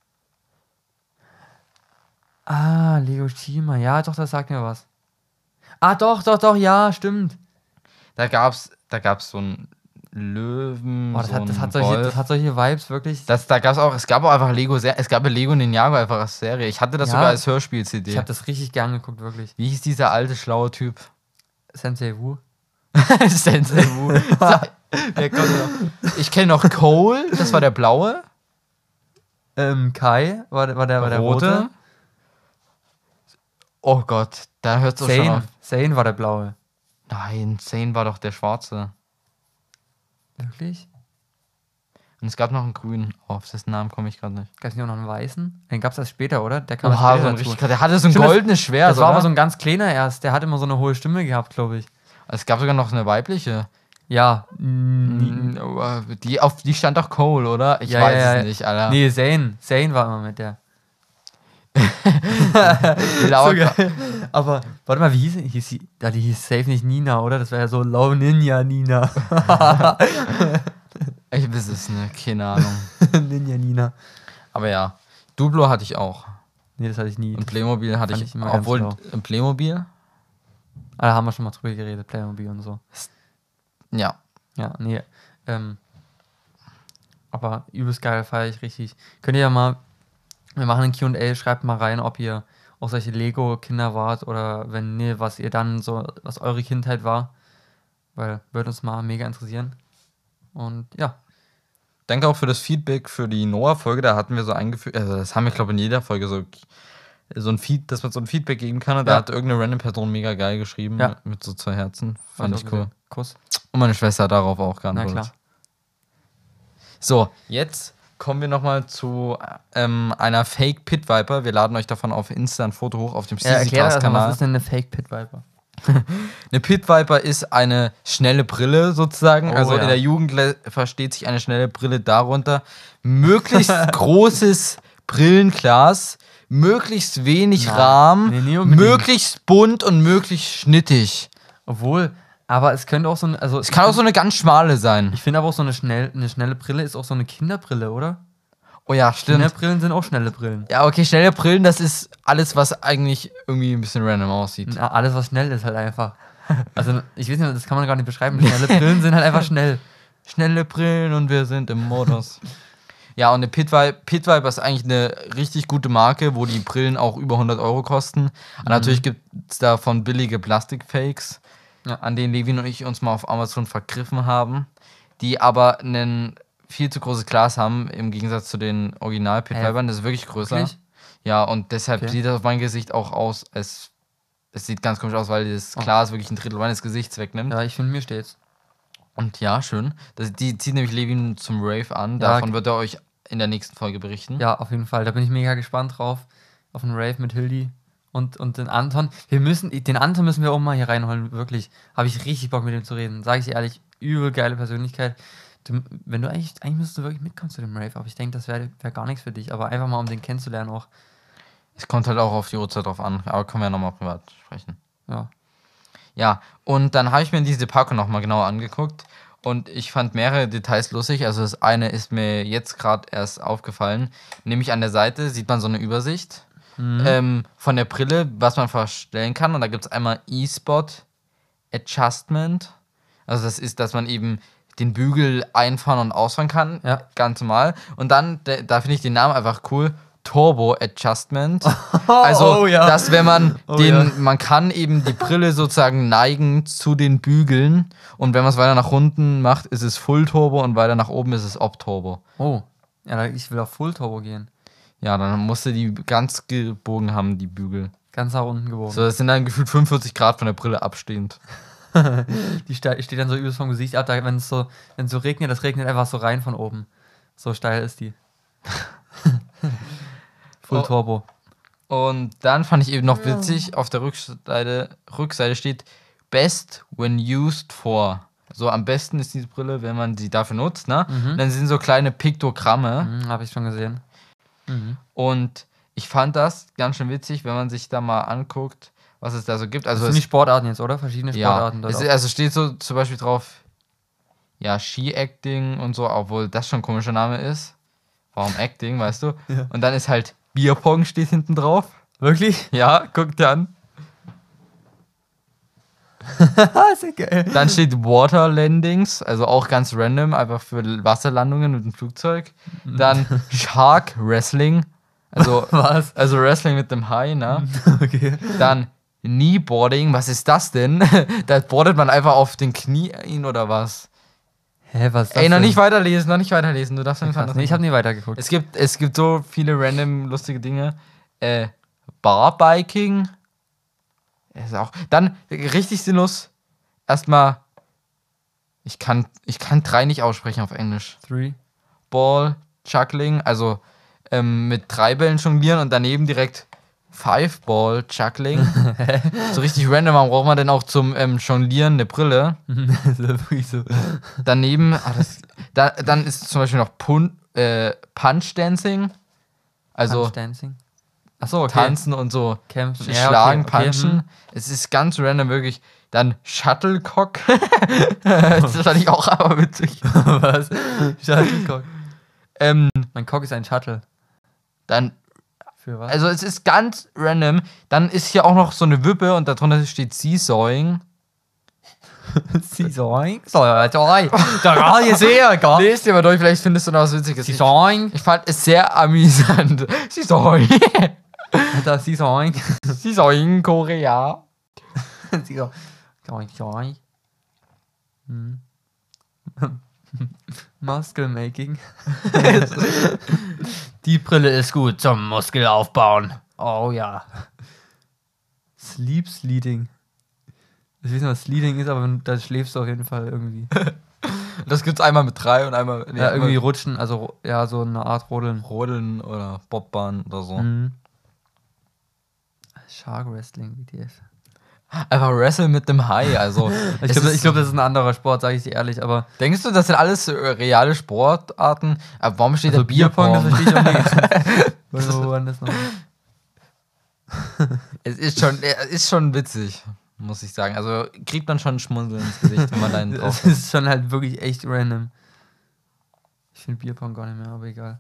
Speaker 1: Ah, Lego Shima. Ja, doch, das sagt mir was. Ah, doch, ja, stimmt.
Speaker 2: Da gab's so ein Löwen,
Speaker 1: Boah,
Speaker 2: so
Speaker 1: das
Speaker 2: ein
Speaker 1: hat
Speaker 2: Wolf.
Speaker 1: solche Vibes, wirklich.
Speaker 2: Es gab auch einfach es gab ja Lego Ninjago einfach als Serie. Ich hatte das
Speaker 1: Ja,
Speaker 2: sogar als Hörspiel-CD.
Speaker 1: Ich habe das richtig gern geguckt, wirklich.
Speaker 2: Wie hieß dieser alte, schlaue Typ?
Speaker 1: Sensei Wu.
Speaker 2: Sensei Wu. Wer kommt noch? Ich kenne noch Cole, das war der blaue.
Speaker 1: Kai war der rote.
Speaker 2: Oh Gott, da hört es auch schon auf.
Speaker 1: Zane war der blaue.
Speaker 2: Nein, Zane war doch der schwarze.
Speaker 1: Wirklich?
Speaker 2: Und es gab noch einen grünen. Oh, auf dessen Namen komme ich gerade nicht.
Speaker 1: Gab es nicht auch noch einen weißen? Den gab es erst später, oder? Der kam
Speaker 2: Oha,
Speaker 1: erst
Speaker 2: so
Speaker 1: später
Speaker 2: ein
Speaker 1: dazu.
Speaker 2: der hatte so ein
Speaker 1: Stimmt,
Speaker 2: goldenes Schwert.
Speaker 1: Das war aber
Speaker 2: oder?
Speaker 1: so ein ganz kleiner erst. Der hat immer so eine hohe Stimme gehabt, glaube ich.
Speaker 2: Es gab sogar noch eine weibliche.
Speaker 1: Ja.
Speaker 2: Auf die stand doch Cole, oder? Ich weiß es nicht, Alter.
Speaker 1: Nee, Zane war immer mit der.
Speaker 2: Laut,
Speaker 1: geil. Aber, warte mal, wie hieß sie? Ja, die hieß safe nicht Nina, oder? Das wäre ja so Low Ninja Nina.
Speaker 2: ich weiß es nicht, keine Ahnung.
Speaker 1: Ninja Nina.
Speaker 2: Aber ja, Duplo hatte ich auch.
Speaker 1: Nee, das hatte ich nie.
Speaker 2: Und Playmobil hatte
Speaker 1: fand
Speaker 2: ich
Speaker 1: ich immer ganz
Speaker 2: obwohl
Speaker 1: schlau.
Speaker 2: im Playmobil?
Speaker 1: Da haben wir schon mal drüber geredet, Playmobil und so.
Speaker 2: Ja.
Speaker 1: Ja, nee. Aber übelst geil, feiere ich richtig. Könnt ihr ja mal, wir machen ein Q&A, schreibt mal rein, ob ihr auch solche Lego-Kinder wart oder wenn nee, was ihr dann so, was eure Kindheit war. Weil, würde uns mal mega interessieren. Und ja.
Speaker 2: Danke auch für das Feedback für die Noah-Folge. Da hatten wir so eingeführt, also das haben wir, glaube ich, in jeder Folge so ein Feed, dass man so ein Feedback geben kann. Und da hat irgendeine random Person mega geil geschrieben mit so 2 Herzen. Fand ich cool.
Speaker 1: Kuss.
Speaker 2: Und meine Schwester hat darauf auch
Speaker 1: Na
Speaker 2: geantwortet.
Speaker 1: klar.
Speaker 2: So, jetzt kommen wir nochmal zu einer Fake Pit Viper. Wir laden euch davon auf Insta ein Foto hoch auf dem
Speaker 1: Ja, erklär das mal,
Speaker 2: Kanal.
Speaker 1: was ist denn eine Fake Pit Viper?
Speaker 2: Eine Pit Viper ist eine schnelle Brille sozusagen.
Speaker 1: Oh,
Speaker 2: also
Speaker 1: ja.
Speaker 2: in der Jugend versteht sich eine schnelle Brille darunter. Möglichst großes Brillenglas, möglichst wenig
Speaker 1: Nein.
Speaker 2: Rahmen,
Speaker 1: Nee, nie unbedingt.
Speaker 2: möglichst bunt und möglichst schnittig.
Speaker 1: Obwohl, aber es könnte auch so eine, also
Speaker 2: Es kann auch so eine ganz schmale sein.
Speaker 1: ich finde aber auch so eine schnelle Brille ist auch so eine Kinderbrille, oder?
Speaker 2: Oh ja, stimmt.
Speaker 1: Kinderbrillen sind auch schnelle Brillen.
Speaker 2: Ja, okay, schnelle Brillen, das ist alles, was eigentlich irgendwie ein bisschen random aussieht.
Speaker 1: Na, alles, was schnell ist, halt einfach. Also, ich weiß nicht, das kann man gar nicht beschreiben. Schnelle Brillen sind halt einfach schnell.
Speaker 2: Schnelle Brillen und wir sind im Modus. Ja, und eine Pit Viper ist eigentlich eine richtig gute Marke, wo die Brillen auch über 100 Euro kosten. Und natürlich gibt es davon billige Plastikfakes, an denen Levin und ich uns mal auf Amazon vergriffen haben, die aber einen viel zu großes Glas haben, im Gegensatz zu den Original Pit Vipern. Das ist wirklich größer.
Speaker 1: Wirklich?
Speaker 2: Ja, und deshalb
Speaker 1: Okay.
Speaker 2: sieht das auf mein Gesicht auch aus, es sieht ganz komisch aus, weil das Glas wirklich ein Drittel meines Gesichts wegnimmt.
Speaker 1: Ja, ich finde, mir steht's.
Speaker 2: Und ja, schön. Die zieht nämlich Levin zum Rave an.
Speaker 1: Ja,
Speaker 2: Davon wird er euch in der nächsten Folge berichten.
Speaker 1: Ja, auf jeden Fall. Da bin ich mega gespannt drauf. Auf den Rave mit Hildi und den Anton. Den Anton müssen wir auch mal hier reinholen, wirklich. Habe ich richtig Bock mit ihm zu reden. Sage ich dir ehrlich, übel geile Persönlichkeit. Wenn du eigentlich müsstest du wirklich mitkommen zu dem Rave, aber ich denke, das wäre gar nichts für dich. Aber einfach mal, um den kennenzulernen auch.
Speaker 2: Es kommt halt auch auf die Uhrzeit drauf an. Aber können wir ja nochmal privat sprechen.
Speaker 1: Ja.
Speaker 2: Ja, und dann habe ich mir diese Packung nochmal genauer angeguckt. Und ich fand mehrere Details lustig. Also das eine ist mir jetzt gerade erst aufgefallen. Nämlich an der Seite sieht man so eine Übersicht von der Brille, was man verstellen kann. Und da gibt es einmal E-Spot Adjustment. Also das ist, dass man eben den Bügel einfahren und ausfahren kann.
Speaker 1: Ja.
Speaker 2: Ganz normal. Und dann, da finde ich den Namen einfach cool. Turbo Adjustment. Also,
Speaker 1: Oh, ja.
Speaker 2: dass wenn man
Speaker 1: ja.
Speaker 2: man kann eben die Brille sozusagen neigen zu den Bügeln und wenn man es weiter nach unten macht, ist es Full Turbo und weiter nach oben ist es Op Turbo.
Speaker 1: Oh. Ja, ich will auf Full Turbo gehen.
Speaker 2: Ja, dann musste die ganz gebogen haben, die Bügel.
Speaker 1: Ganz nach unten gebogen.
Speaker 2: So, das sind dann gefühlt 45 Grad von der Brille abstehend.
Speaker 1: Die steht dann so übelst vom Gesicht ab. Wenn es so regnet, das regnet einfach so rein von oben. So steil ist die. Full Turbo.
Speaker 2: Und dann fand ich eben noch witzig, auf der Rückseite steht Best when used for. So am besten ist diese Brille, wenn man sie dafür nutzt, ne? Und dann sind so kleine Piktogramme.
Speaker 1: Habe ich schon gesehen.
Speaker 2: Und ich fand das ganz schön witzig, wenn man sich da mal anguckt, was es da so gibt. Also
Speaker 1: Das sind die Sportarten jetzt, oder? Verschiedene
Speaker 2: ja,
Speaker 1: Sportarten. dort auch.
Speaker 2: also steht so zum Beispiel drauf, ja, Ski-Acting und so, obwohl das schon ein komischer Name ist. Warum Acting, weißt du?
Speaker 1: Ja.
Speaker 2: Und dann ist halt Bierpong steht hinten drauf.
Speaker 1: Wirklich?
Speaker 2: Ja, guck dir an.
Speaker 1: Ist ja geil.
Speaker 2: Dann steht Water Landings, also auch ganz random, einfach für Wasserlandungen mit dem Flugzeug. Dann Shark Wrestling, also
Speaker 1: Was?
Speaker 2: Wrestling mit dem Hai, ne?
Speaker 1: Okay.
Speaker 2: Dann Kneeboarding, was ist das denn? Da boardet man einfach auf den Knien oder was?
Speaker 1: Hä, was ist das
Speaker 2: Ey, noch
Speaker 1: denn?
Speaker 2: nicht weiterlesen, du darfst nicht
Speaker 1: Krass, nee, ich habe nie weitergeguckt.
Speaker 2: Es gibt so viele random lustige Dinge. Barbiking. Ist auch. Dann richtig sinnlos. Erstmal. Ich kann 3 nicht aussprechen auf Englisch.
Speaker 1: 3.
Speaker 2: Ball Juggling, also mit 3 Bällen jonglieren und daneben direkt 5 Ball Juggling. So richtig random, warum braucht man denn auch zum Jonglieren eine Brille?
Speaker 1: Das ist ja wirklich so.
Speaker 2: Daneben, dann ist zum Beispiel noch Punch Dancing. Also
Speaker 1: Punch Dancing. Achso, okay.
Speaker 2: tanzen und so
Speaker 1: Kämpfen.
Speaker 2: schlagen,
Speaker 1: okay,
Speaker 2: punchen. Es ist ganz random, wirklich. Dann Shuttlecock. Das ist wahrscheinlich auch aber witzig.
Speaker 1: Was? Shuttlecock. Mein Cock ist ein Shuttle.
Speaker 2: Dann,
Speaker 1: Für was?
Speaker 2: also es ist ganz random. Dann ist hier auch noch so eine Wippe und darunter steht Seesawing.
Speaker 1: Seesawing? Da jetzt her, gar.
Speaker 2: Lest dir mal durch, vielleicht findest du noch was Witziges.
Speaker 1: Seesawing?
Speaker 2: Ich fand es sehr amüsant. Seesawing.
Speaker 1: Da Seesawing.
Speaker 2: Seesawing, Korea.
Speaker 1: Seesawing. Muscle Making. Die Brille ist gut zum Muskelaufbauen. Oh ja. Sleep Sleeding. Ich weiß nicht, was Sleeding ist, aber da schläfst du auf jeden Fall irgendwie.
Speaker 2: Das gibt's einmal mit 3 und einmal. Nee,
Speaker 1: Ja, irgendwie
Speaker 2: einmal
Speaker 1: rutschen, also ja, so eine Art Rodeln.
Speaker 2: Rodeln oder Bobbahn oder so.
Speaker 1: Mhm. Shark Wrestling, WTF.
Speaker 2: Einfach Wrestle mit dem Hai, also.
Speaker 1: Ich glaube, das ist ein anderer Sport, sage ich dir ehrlich, aber.
Speaker 2: Denkst du, das sind alles reale Sportarten? Aber warum steht
Speaker 1: Also
Speaker 2: da Bierpong?
Speaker 1: Das verstehe ich auch nicht. Wo war das noch?
Speaker 2: Es ist schon witzig, muss ich sagen. Also kriegt man schon ein Schmunzeln ins Gesicht, wenn man da einen drauf
Speaker 1: Das ist schon halt wirklich echt random. Ich finde Bierpong gar nicht mehr, aber egal.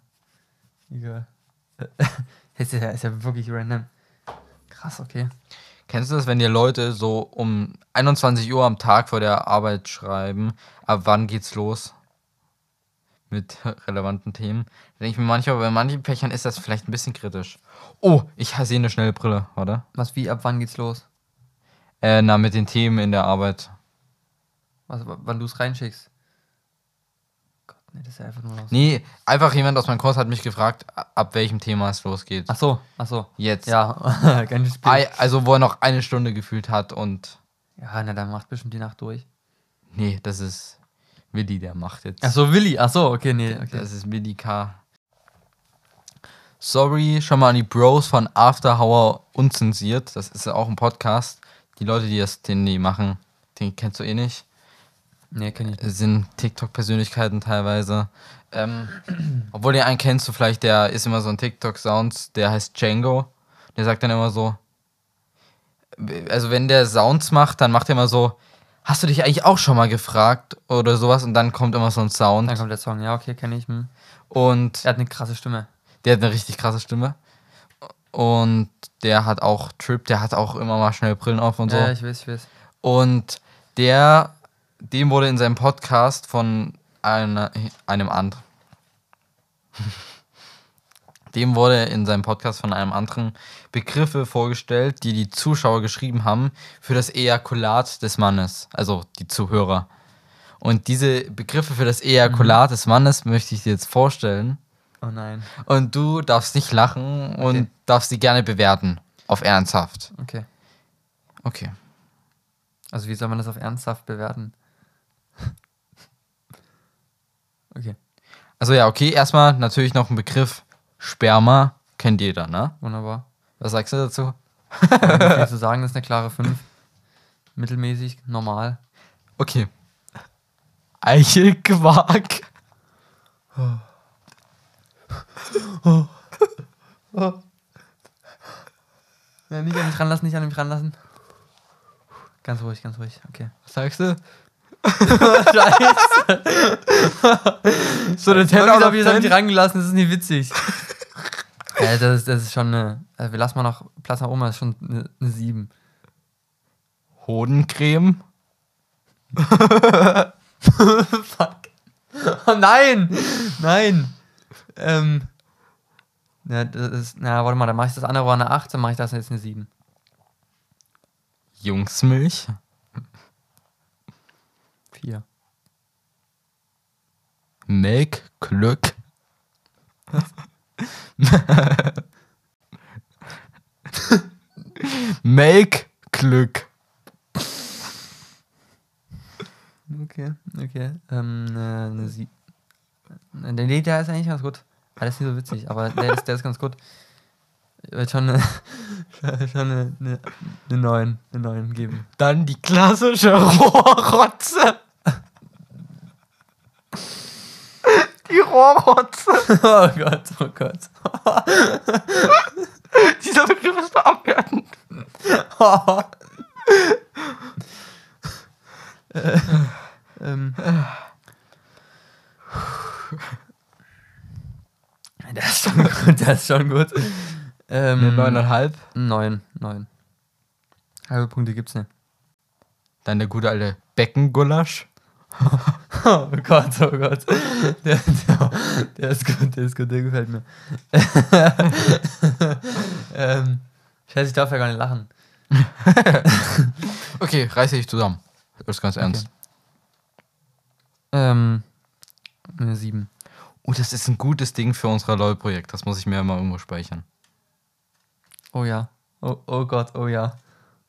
Speaker 1: Ist ja wirklich random. Krass, okay.
Speaker 2: Kennst du das, wenn dir Leute so um 21 Uhr am Tag vor der Arbeit schreiben, ab wann geht's los? Mit relevanten Themen. Da denke ich mir manchmal, bei manchen Fächern ist das vielleicht ein bisschen kritisch. Oh, ich sehe eine schnelle Brille, oder?
Speaker 1: Was, wie, ab wann geht's los?
Speaker 2: Mit den Themen in der Arbeit.
Speaker 1: Wann du es reinschickst? Gott, nee, das ist ja einfach nur los.
Speaker 2: Nee, einfach jemand aus meinem Kurs hat mich gefragt, ab welchem Thema es losgeht.
Speaker 1: Ach so.
Speaker 2: Jetzt.
Speaker 1: Ja, ganz Spiel.
Speaker 2: Also, wo er noch eine Stunde gefühlt hat und.
Speaker 1: Ja, na, dann macht bestimmt die Nacht durch.
Speaker 2: Nee, das ist Willi, der macht jetzt.
Speaker 1: Ach so, Willi. Ach so, okay, nee. Okay.
Speaker 2: Das ist Willi K. Sorry, schon mal an die Bros von After Hour unzensiert. Das ist ja auch ein Podcast. Die Leute, den die machen, den kennst du eh nicht.
Speaker 1: Nee, kenn ich nicht.
Speaker 2: Sind TikTok-Persönlichkeiten teilweise. Obwohl den einen kennst du vielleicht, der ist immer so ein TikTok-Sounds, der heißt Django. Der sagt dann immer so, also wenn der Sounds macht, dann macht er immer so, hast du dich eigentlich auch schon mal gefragt oder sowas und dann kommt immer so ein Sound.
Speaker 1: Dann kommt der Song. Ja, okay, kenn ich.
Speaker 2: Und
Speaker 1: Er hat eine krasse Stimme.
Speaker 2: der hat eine richtig krasse Stimme. Und der hat auch Trip, der hat auch immer mal schnell Brillen auf und so.
Speaker 1: Ja, ich weiß.
Speaker 2: Und dem wurde in seinem Podcast von einem anderen. Dem wurde in seinem Podcast von einem anderen Begriffe vorgestellt, die die Zuschauer geschrieben haben für das Ejakulat des Mannes, also die Zuhörer. Und diese Begriffe für das Ejakulat des Mannes möchte ich dir jetzt vorstellen.
Speaker 1: Oh nein.
Speaker 2: Und du darfst nicht lachen und darfst sie gerne bewerten. Auf ernsthaft.
Speaker 1: Okay.
Speaker 2: Okay.
Speaker 1: Also wie soll man das auf ernsthaft bewerten? Okay,
Speaker 2: Also ja, okay, erstmal natürlich noch ein Begriff. Sperma kennt jeder, ne?
Speaker 1: wunderbar.
Speaker 2: Was sagst du dazu?
Speaker 1: Viel zu sagen, das ist eine klare 5. Mittelmäßig, normal.
Speaker 2: Okay. Eichelquark.
Speaker 1: Ja, nicht an mich ranlassen. Ganz ruhig, okay.
Speaker 2: Was sagst du?
Speaker 1: Scheiße.
Speaker 2: So eine 10
Speaker 1: Wieso
Speaker 2: out of
Speaker 1: hab ich
Speaker 2: 10?
Speaker 1: rangelassen? Das ist nicht witzig. Das ist schon eine. Wir lassen mal noch Platz nach oben, das ist schon eine 7.
Speaker 2: Hodencreme.
Speaker 1: Fuck. Oh nein! Nein! Ja, das ist. Na, warte mal, dann mache ich das andere war eine 8, dann mache ich das jetzt eine 7.
Speaker 2: Jungsmilch.
Speaker 1: 4.
Speaker 2: Melkglück. Melkglück.
Speaker 1: Okay. Eine 7. Der ist eigentlich ganz gut. Der ist nicht so witzig, aber der ist ganz gut. Ich würde schon eine 9 geben.
Speaker 2: Dann die klassische Rohrrotze. Die Rohrrotze.
Speaker 1: Oh Gott.
Speaker 2: Dieser Begriff ist verabwertend. Das ist schon gut. Eine 9,5.
Speaker 1: 9. Halbe Punkte gibt's nicht.
Speaker 2: Dann der gute alte Beckengulasch.
Speaker 1: Oh Gott. Der ist gut, der gefällt mir. Scheiße, ich darf ja gar nicht lachen.
Speaker 2: Okay, reiße ich zusammen. Das ist ganz ernst.
Speaker 1: Eine 7.
Speaker 2: Oh, das ist ein gutes Ding für unser LOL-Projekt. Das muss ich mir mal irgendwo speichern.
Speaker 1: Oh ja. Oh Gott, oh ja.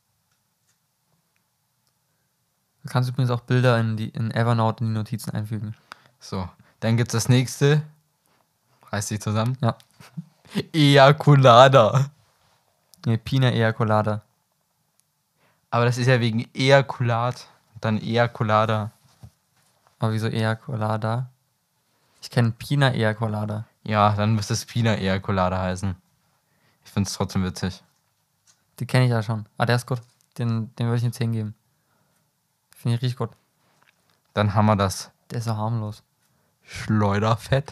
Speaker 1: Du kannst übrigens auch Bilder in Evernote in die Notizen einfügen.
Speaker 2: So, dann gibt's das nächste. Reiß dich zusammen.
Speaker 1: Ja.
Speaker 2: Ejaculada.
Speaker 1: Nee, Pina Ejaculada.
Speaker 2: Aber das ist ja wegen Ejakulat. Dann Ejaculada.
Speaker 1: Aber wieso Ejaculada? Ich kenne Pina Ejaculada.
Speaker 2: Ja, dann müsste es Pina Ejaculada heißen. Ich find's trotzdem witzig.
Speaker 1: Die kenne ich ja schon. Ah, der ist gut. Den würde ich eine 10 geben. Finde ich richtig gut.
Speaker 2: Dann haben wir das
Speaker 1: Der ist so harmlos.
Speaker 2: Schleuderfett.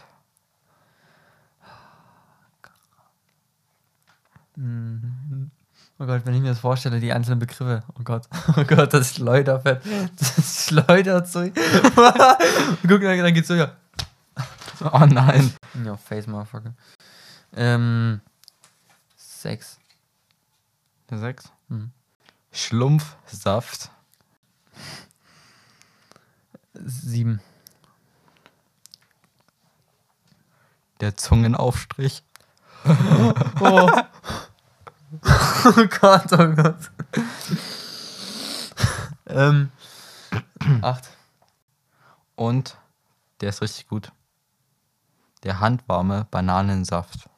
Speaker 1: Oh Gott, wenn ich mir das vorstelle, die einzelnen Begriffe. Oh Gott, das Schleuderfett. Das schleudert so. Guck, dann geht's so, ja.
Speaker 2: Oh nein.
Speaker 1: Ja, Face Motherfucker. 6.
Speaker 2: Der 6.
Speaker 1: Mhm.
Speaker 2: Schlumpfsaft.
Speaker 1: 7.
Speaker 2: Der Zungenaufstrich.
Speaker 1: Oh. Oh Gott. 8.
Speaker 2: Und der ist richtig gut. Der handwarme Bananensaft.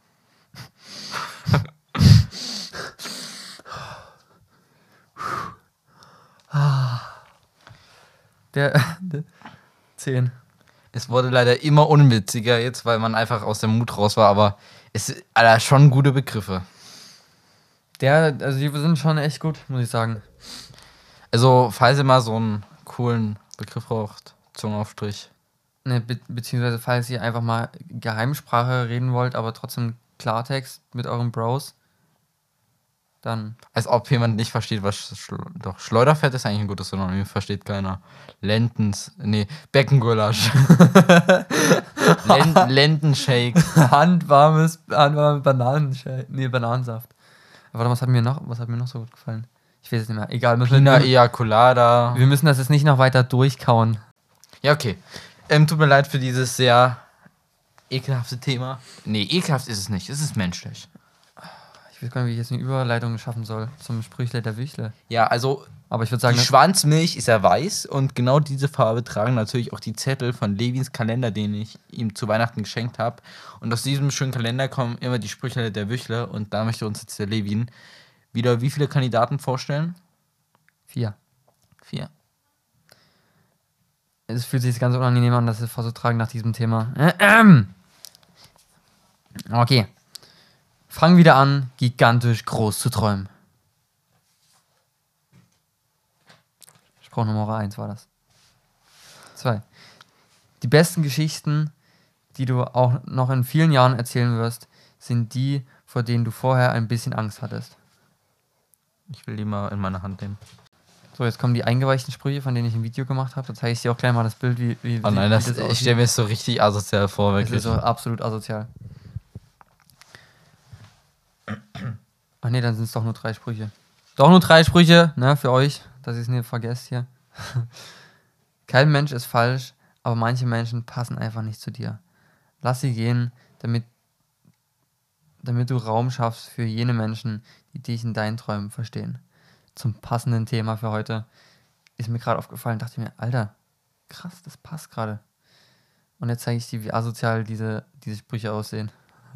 Speaker 1: Der 10.
Speaker 2: Es wurde leider immer unwitziger jetzt, weil man einfach aus dem Mut raus war, aber es ist Alter, schon gute Begriffe.
Speaker 1: Also die sind schon echt gut, muss ich sagen.
Speaker 2: Also, falls ihr mal so einen coolen Begriff braucht, Zungenaufstrich.
Speaker 1: Ne, beziehungsweise falls ihr einfach mal Geheimsprache reden wollt, aber trotzdem Klartext mit euren Bros, dann.
Speaker 2: Als ob jemand nicht versteht, was doch Schleuderfett ist eigentlich ein gutes Synonym, versteht keiner. Beckengulasch. Lendenshake.
Speaker 1: Handwarme Bananenshake. Nee, Bananensaft. Aber warte, was hat mir noch so gut gefallen? Ich weiß es nicht mehr. Egal,
Speaker 2: Pina Ejaculada.
Speaker 1: wir müssen das jetzt nicht noch weiter durchkauen.
Speaker 2: Ja, okay. Tut mir leid für dieses sehr ekelhafte Thema. Nee, ekelhaft ist es nicht. Es ist menschlich.
Speaker 1: Ich weiß gar nicht, wie ich jetzt eine Überleitung schaffen soll zum Sprüchle der Wüchle.
Speaker 2: Ja, also
Speaker 1: Aber ich würde sagen,
Speaker 2: die Schwanzmilch ist ja weiß und genau diese Farbe tragen natürlich auch die Zettel von Levins Kalender, den ich ihm zu Weihnachten geschenkt habe. Und aus diesem schönen Kalender kommen immer die Sprüche der Wüchle und da möchte uns jetzt der Levin wieder wie viele Kandidaten vorstellen?
Speaker 1: 4.
Speaker 2: 4.
Speaker 1: Es fühlt sich ganz unangenehm an, das vorzutragen nach diesem Thema. Okay. Fang wieder an, gigantisch groß zu träumen. Spruch Nummer 1 war das. 2. Die besten Geschichten, die du auch noch in vielen Jahren erzählen wirst, sind die, vor denen du vorher ein bisschen Angst hattest.
Speaker 2: Ich will die mal in meine Hand nehmen.
Speaker 1: So, jetzt kommen die eingeweichten Sprüche, von denen ich ein Video gemacht habe. Da zeige ich dir auch gleich mal das Bild, wie
Speaker 2: Oh nein,
Speaker 1: wie
Speaker 2: ich
Speaker 1: aussieht.
Speaker 2: stelle mir das so richtig asozial vor,
Speaker 1: Das
Speaker 2: wirklich.
Speaker 1: ist so absolut asozial. Ach nee, dann sind es doch nur 3 Sprüche. Doch nur 3 Sprüche, ne, für euch, dass ich es nicht vergesst hier. Kein Mensch ist falsch, aber manche Menschen passen einfach nicht zu dir. Lass sie gehen, damit du Raum schaffst für jene Menschen, die dich in deinen Träumen verstehen. Zum passenden Thema für heute ist mir gerade aufgefallen, dachte ich mir, Alter, krass, das passt gerade. Und jetzt zeige ich dir, wie asozial diese Sprüche aussehen.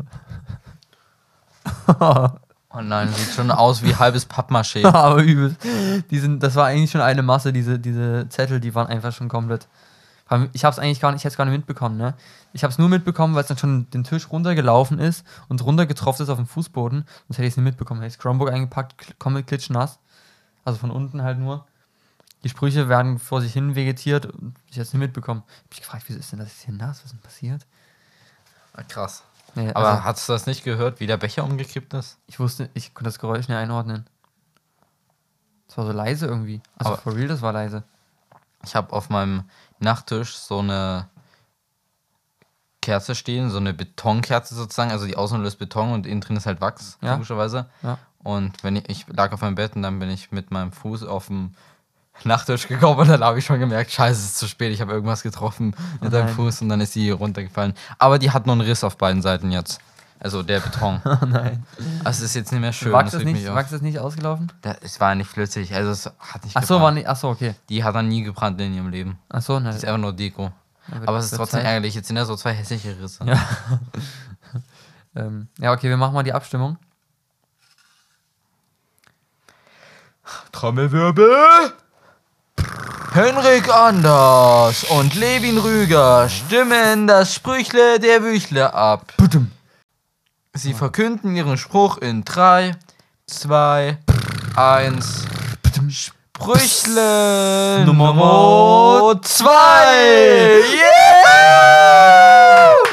Speaker 2: Oh nein, sieht schon aus wie halbes Pappmaché.
Speaker 1: Aber übel. Das war eigentlich schon eine Masse, diese Zettel, die waren einfach schon komplett. Ich hab's eigentlich gar nicht, ich hätte es gar nicht mitbekommen, ne? Ich hab's nur mitbekommen, weil es dann schon den Tisch runtergelaufen ist und runtergetroffen ist auf den Fußboden. Sonst hätte ich es nicht mitbekommen. Hätte ich Chromebook eingepackt, komplett klitschnass. Also von unten halt nur. Die Sprüche werden vor sich hin vegetiert und ich hätte es nicht mitbekommen. Ich hab mich gefragt, wieso ist denn das jetzt hier nass? Was ist denn passiert?
Speaker 2: Krass.
Speaker 1: Nee,
Speaker 2: Aber
Speaker 1: also,
Speaker 2: hast du das nicht gehört, wie der Becher umgekippt ist?
Speaker 1: ich konnte das Geräusch nicht einordnen. Es war so leise irgendwie. Also
Speaker 2: Aber-
Speaker 1: for real, das war leise.
Speaker 2: Ich habe auf meinem Nachttisch so eine Kerze stehen, so eine Betonkerze sozusagen, also die Außenhülle ist Beton und innen drin ist halt Wachs,
Speaker 1: Ja.
Speaker 2: logischerweise.
Speaker 1: Ja.
Speaker 2: Und wenn ich lag auf meinem Bett und dann bin ich mit meinem Fuß auf dem Nachttisch gekommen und dann habe ich schon gemerkt, scheiße, es ist zu spät, ich habe irgendwas getroffen mit deinem
Speaker 1: nein.
Speaker 2: Fuß und dann ist die runtergefallen. Aber die hat noch einen Riss auf beiden Seiten jetzt. Also der Beton.
Speaker 1: Oh nein.
Speaker 2: Also es ist jetzt nicht mehr schön.
Speaker 1: Wachs
Speaker 2: das
Speaker 1: ist
Speaker 2: regt mich auf.
Speaker 1: nicht ausgelaufen?
Speaker 2: Es war nicht flüssig, also es hat nicht
Speaker 1: Achso,
Speaker 2: gebrannt.
Speaker 1: okay.
Speaker 2: Die hat dann nie gebrannt in ihrem Leben.
Speaker 1: Achso, ne.
Speaker 2: Das ist einfach nur Deko.
Speaker 1: dann wird-
Speaker 2: Aber es ist
Speaker 1: wird
Speaker 2: trotzdem
Speaker 1: Zeit.
Speaker 2: ärgerlich. Jetzt sind ja so 2 hässliche Risse.
Speaker 1: Ja. Ja, okay, wir machen mal die Abstimmung.
Speaker 2: Trommelwirbel! Henrik Anders und Levin Rüger stimmen das Sprüchle der Büchle ab. Sie verkünden ihren Spruch in 3, 2, 1. Sprüchle Nummer 2! Yeah!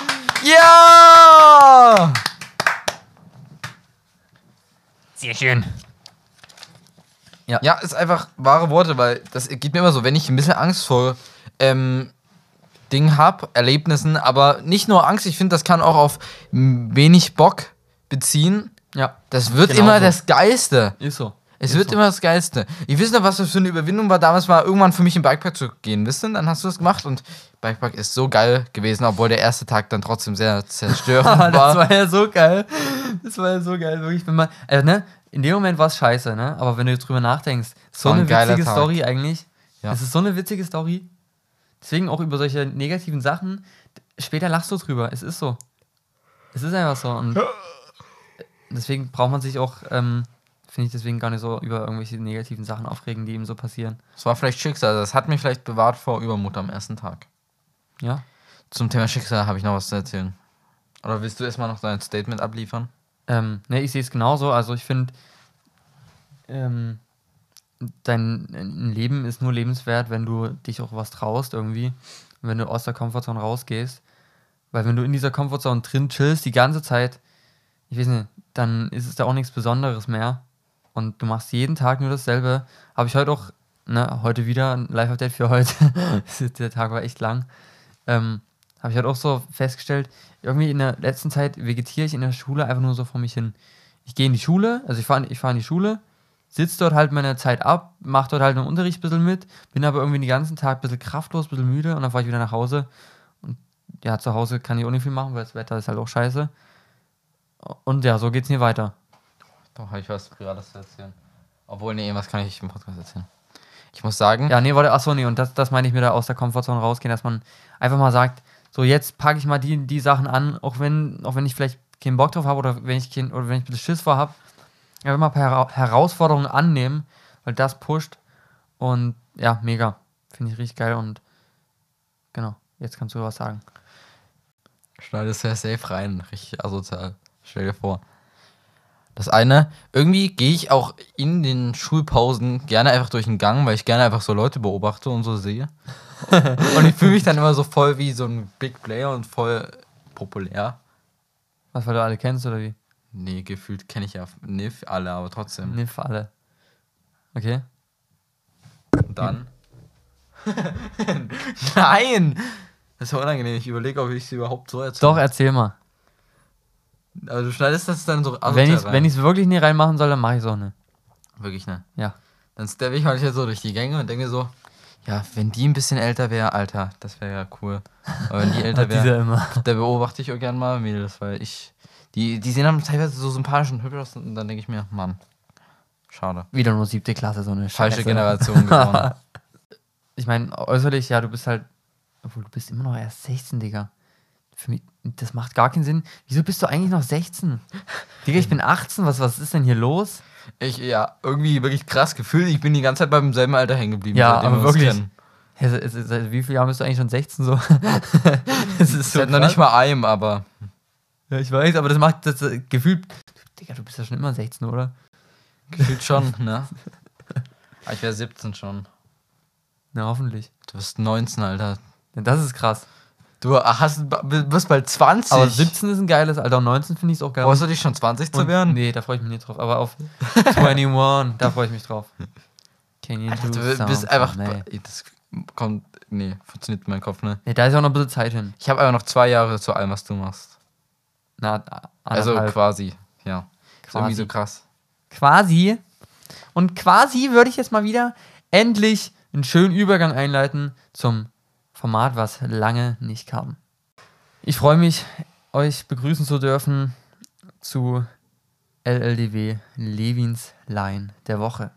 Speaker 2: Ja!
Speaker 1: Sehr schön.
Speaker 2: Ja, ist einfach wahre Worte, weil das geht mir immer so, wenn ich ein bisschen Angst vor Dingen habe, Erlebnissen, aber nicht nur Angst, ich finde, das kann auch auf wenig Bock beziehen.
Speaker 1: Ja,
Speaker 2: Das wird
Speaker 1: Genau
Speaker 2: immer
Speaker 1: so.
Speaker 2: das Geilste.
Speaker 1: ist so.
Speaker 2: Es
Speaker 1: Ist
Speaker 2: wird
Speaker 1: so.
Speaker 2: immer das Geilste. Ich weiß noch, was das für eine Überwindung war, damals mal irgendwann für mich im Bikepark zu gehen. Wisst ihr? Dann hast du das gemacht und Bikepark ist so geil gewesen, obwohl der erste Tag dann trotzdem sehr zerstörend
Speaker 1: Das
Speaker 2: war.
Speaker 1: war ja so geil. Das war ja so geil, wirklich. Wenn man, ne? In dem Moment war es scheiße, ne? Aber wenn du jetzt drüber nachdenkst, so
Speaker 2: war ein
Speaker 1: eine
Speaker 2: geiler
Speaker 1: witzige
Speaker 2: Tag.
Speaker 1: Story eigentlich.
Speaker 2: Ja.
Speaker 1: Es ist so eine witzige Story. Deswegen auch über solche negativen Sachen. Später lachst du drüber. Es ist so. Es ist einfach so. Und deswegen braucht man sich auch, finde ich deswegen gar nicht so über irgendwelche negativen Sachen aufregen, die ihm so passieren.
Speaker 2: Das war vielleicht Schicksal, das hat mich vielleicht bewahrt vor Übermut am ersten Tag.
Speaker 1: Ja.
Speaker 2: Zum Thema Schicksal habe ich noch was zu erzählen. Oder willst du erstmal noch dein Statement abliefern?
Speaker 1: Ne, ich sehe es genauso. Also ich finde, dein Leben ist nur lebenswert, wenn du dich auch was traust irgendwie. Wenn du aus der Komfortzone rausgehst. Weil wenn du in dieser Komfortzone drin chillst die ganze Zeit, ich weiß nicht, dann ist es da auch nichts Besonderes mehr. Und du machst jeden Tag nur dasselbe. Habe ich heute auch, ne, heute wieder ein Live-Update für heute. Der Tag war echt lang. Habe ich halt auch so festgestellt, irgendwie in der letzten Zeit vegetiere ich in der Schule einfach nur so vor mich hin. Ich gehe in die Schule, also ich fahr in die Schule, sitze dort halt meine Zeit ab, mache dort halt im Unterricht ein bisschen mit, bin aber irgendwie den ganzen Tag ein bisschen kraftlos, ein bisschen müde und dann fahre ich wieder nach Hause. Und ja, zu Hause kann ich auch nicht viel machen, weil das Wetter ist halt auch scheiße. Und ja, so geht's nie weiter.
Speaker 2: Doch, habe ich was Privates zu erzählen. Obwohl, nee, was kann ich im Podcast erzählen? Ich muss sagen,
Speaker 1: Ja, nee, warte, achso, nee, und das meine ich mir da aus der Komfortzone rausgehen, dass man einfach mal sagt, so jetzt packe ich mal die Sachen an, auch wenn ich vielleicht keinen Bock drauf habe oder wenn ich ein bisschen Schiss vor habe, einfach mal ein paar Herausforderungen annehmen, weil das pusht und ja, mega, finde ich richtig geil und genau, jetzt kannst du was sagen.
Speaker 2: schneidest du ja safe rein. Richtig asozial. Stell dir vor. Das eine, irgendwie gehe ich auch in den Schulpausen gerne einfach durch den Gang, weil ich gerne einfach so Leute beobachte und so sehe. Und ich fühle mich dann immer so voll wie so ein Big Player und voll populär.
Speaker 1: Was, weil du alle kennst oder wie?
Speaker 2: Nee, gefühlt kenne ich ja nicht alle, aber trotzdem.
Speaker 1: Nee, für alle. Okay.
Speaker 2: Und dann? Nein! Das ist ja unangenehm. Ich überlege, ob ich es überhaupt so erzähle.
Speaker 1: Doch, erzähl mal.
Speaker 2: Aber du schneidest das dann so
Speaker 1: Wenn ich es wirklich nie reinmachen soll, dann mache ich es auch nicht.
Speaker 2: Wirklich, ne?
Speaker 1: Ja.
Speaker 2: Dann steppe ich manchmal so durch die Gänge und denke mir so, ja, wenn die ein bisschen älter wäre, Alter, das wäre ja cool. Aber wenn die älter
Speaker 1: Hat dieser
Speaker 2: wäre,
Speaker 1: immer.
Speaker 2: da beobachte ich auch gerne mal Mädels, weil die sehen dann teilweise so sympathisch und hübsch aus und dann denke ich mir, Mann, schade.
Speaker 1: Wieder nur 7. Klasse, so eine
Speaker 2: Falsche
Speaker 1: Scheiße.
Speaker 2: Generation geworden.
Speaker 1: Ich meine, äußerlich, ja, du bist halt, obwohl du bist immer noch erst 16, Digga. Für mich, das macht gar keinen Sinn. Wieso bist du eigentlich noch 16? Digga, ich bin 18, was ist denn hier los?
Speaker 2: Irgendwie wirklich krass gefühlt, ich bin die ganze Zeit beim selben Alter hängen geblieben.
Speaker 1: Ja,
Speaker 2: seitdem
Speaker 1: aber
Speaker 2: wir uns
Speaker 1: wirklich.
Speaker 2: kennen.
Speaker 1: Ja, seit wie vielen Jahren bist du eigentlich schon 16 so? Das ist so
Speaker 2: Seit noch
Speaker 1: krass.
Speaker 2: nicht mal einem, aber
Speaker 1: Ja, ich weiß, aber das macht das Gefühl. Digga, du bist ja schon immer 16, oder?
Speaker 2: gefühlt schon, ne? Aber ich wäre 17 schon.
Speaker 1: Na, hoffentlich.
Speaker 2: Du bist 19, Alter.
Speaker 1: Ja, das ist krass.
Speaker 2: Du bist bald 20.
Speaker 1: Aber 17 ist ein geiles Alter und 19 finde ich es auch geil.
Speaker 2: Brauchst du dich schon 20 zu werden?
Speaker 1: Nee, da freue ich mich nicht drauf. Aber auf 21, da freue ich mich drauf. Can you
Speaker 2: Alter,
Speaker 1: do
Speaker 2: du bist
Speaker 1: something?
Speaker 2: einfach.
Speaker 1: Nee.
Speaker 2: Das kommt. Nee, funktioniert in meinem Kopf, ne?
Speaker 1: Nee, da ist ja auch noch ein bisschen Zeit hin.
Speaker 2: Ich habe aber noch 2 Jahre zu allem, was du machst.
Speaker 1: Na,
Speaker 2: Also
Speaker 1: anderthalb.
Speaker 2: quasi, ja. Ist irgendwie
Speaker 1: Quasi.
Speaker 2: so krass.
Speaker 1: Quasi. Und quasi würde ich jetzt mal wieder endlich einen schönen Übergang einleiten zum Format, was lange nicht kam. Ich freue mich, euch begrüßen zu dürfen zu LLDW, Levins Line der Woche.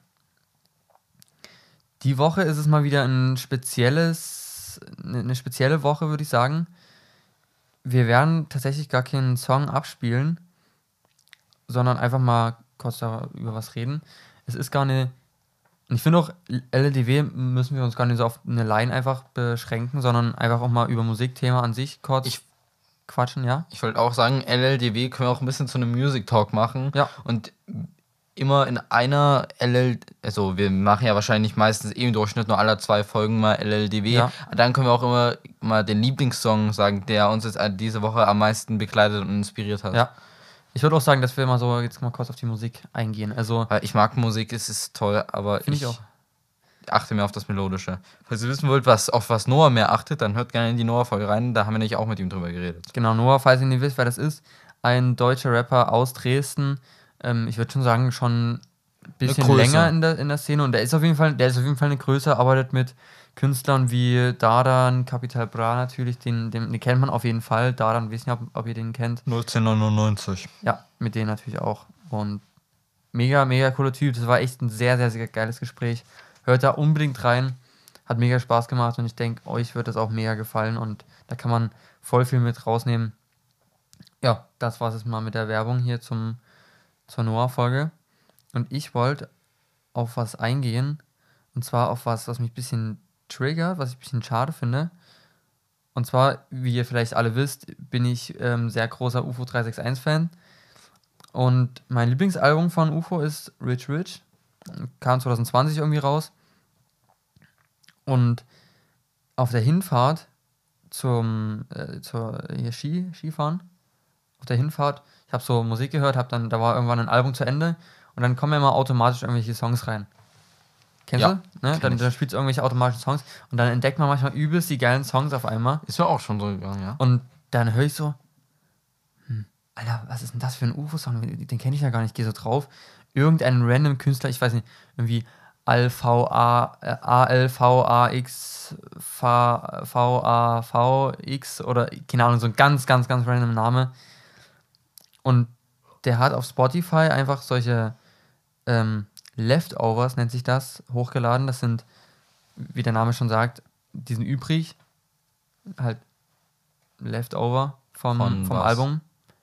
Speaker 1: Die Woche ist es mal wieder eine spezielle Woche, würde ich sagen. Wir werden tatsächlich gar keinen Song abspielen, sondern einfach mal kurz über was reden. Es ist gar nicht. Und ich finde auch, LLDW müssen wir uns gar nicht so auf eine Line einfach beschränken, sondern einfach auch mal über Musikthema an sich kurz quatschen, ja?
Speaker 2: Ich wollte auch sagen, LLDW können wir auch ein bisschen zu einem Music Talk machen.
Speaker 1: Ja.
Speaker 2: Und immer in einer also wir machen ja wahrscheinlich meistens im Durchschnitt nur alle 2 Folgen mal LLDW.
Speaker 1: Ja.
Speaker 2: Dann können wir auch immer mal den Lieblingssong sagen, der uns jetzt diese Woche am meisten begleitet und inspiriert hat.
Speaker 1: Ja. Ich würde auch sagen, dass wir mal so jetzt mal kurz auf die Musik eingehen. Also,
Speaker 2: Weil ich mag Musik, es ist toll, aber
Speaker 1: finde ich auch.
Speaker 2: achte mehr auf das Melodische. Falls ihr wissen wollt, auf was Noah mehr achtet, dann hört gerne in die Noah-Folge rein, da haben wir nämlich auch mit ihm drüber geredet.
Speaker 1: Genau, Noah, falls ihr nicht wisst, wer das ist, ein deutscher Rapper aus Dresden. Ich würde schon sagen, schon ein bisschen
Speaker 2: Größe.
Speaker 1: länger in der Szene und der ist auf jeden Fall eine Größe, arbeitet mit Künstlern wie Dardan, Capital Bra natürlich, den kennt man auf jeden Fall. Dardan, weiß nicht, ob ihr den kennt.
Speaker 2: 1999.
Speaker 1: Ja, mit denen natürlich auch. Und mega, mega cooler Typ. Das war echt ein sehr, sehr, sehr geiles Gespräch. Hört da unbedingt rein. Hat mega Spaß gemacht und ich denke, euch wird das auch mega gefallen und da kann man voll viel mit rausnehmen. Ja, das war es jetzt mal mit der Werbung hier zur Noah-Folge. Und ich wollte auf was eingehen und zwar auf was mich ein bisschen triggert, was ich ein bisschen schade finde. Und zwar, wie ihr vielleicht alle wisst, bin ich sehr großer UFO 361-Fan. Und mein Lieblingsalbum von UFO ist Rich Rich. Kam 2020 irgendwie raus. Und auf der Hinfahrt zur Skifahren, auf der Hinfahrt, ich habe so Musik gehört, da war irgendwann ein Album zu Ende und dann kommen ja immer automatisch irgendwelche Songs rein. Kennst
Speaker 2: Ja,
Speaker 1: du? Ne? Dann spielst du irgendwelche automatischen Songs und dann entdeckt man manchmal übelst die geilen Songs auf einmal.
Speaker 2: Ist mir auch schon so gegangen, ja.
Speaker 1: Und dann höre ich so, Alter, was ist denn das für ein UFO-Song? Den kenne ich ja gar nicht, gehe so drauf. Irgendeinen random Künstler, ich weiß nicht, irgendwie ALVAVAVX oder keine Ahnung, so ein ganz, ganz, ganz random Name. Und der hat auf Spotify einfach solche Leftovers, nennt sich das, hochgeladen. Das sind, wie der Name schon sagt, die sind übrig. Halt Leftover vom
Speaker 2: was?
Speaker 1: Album.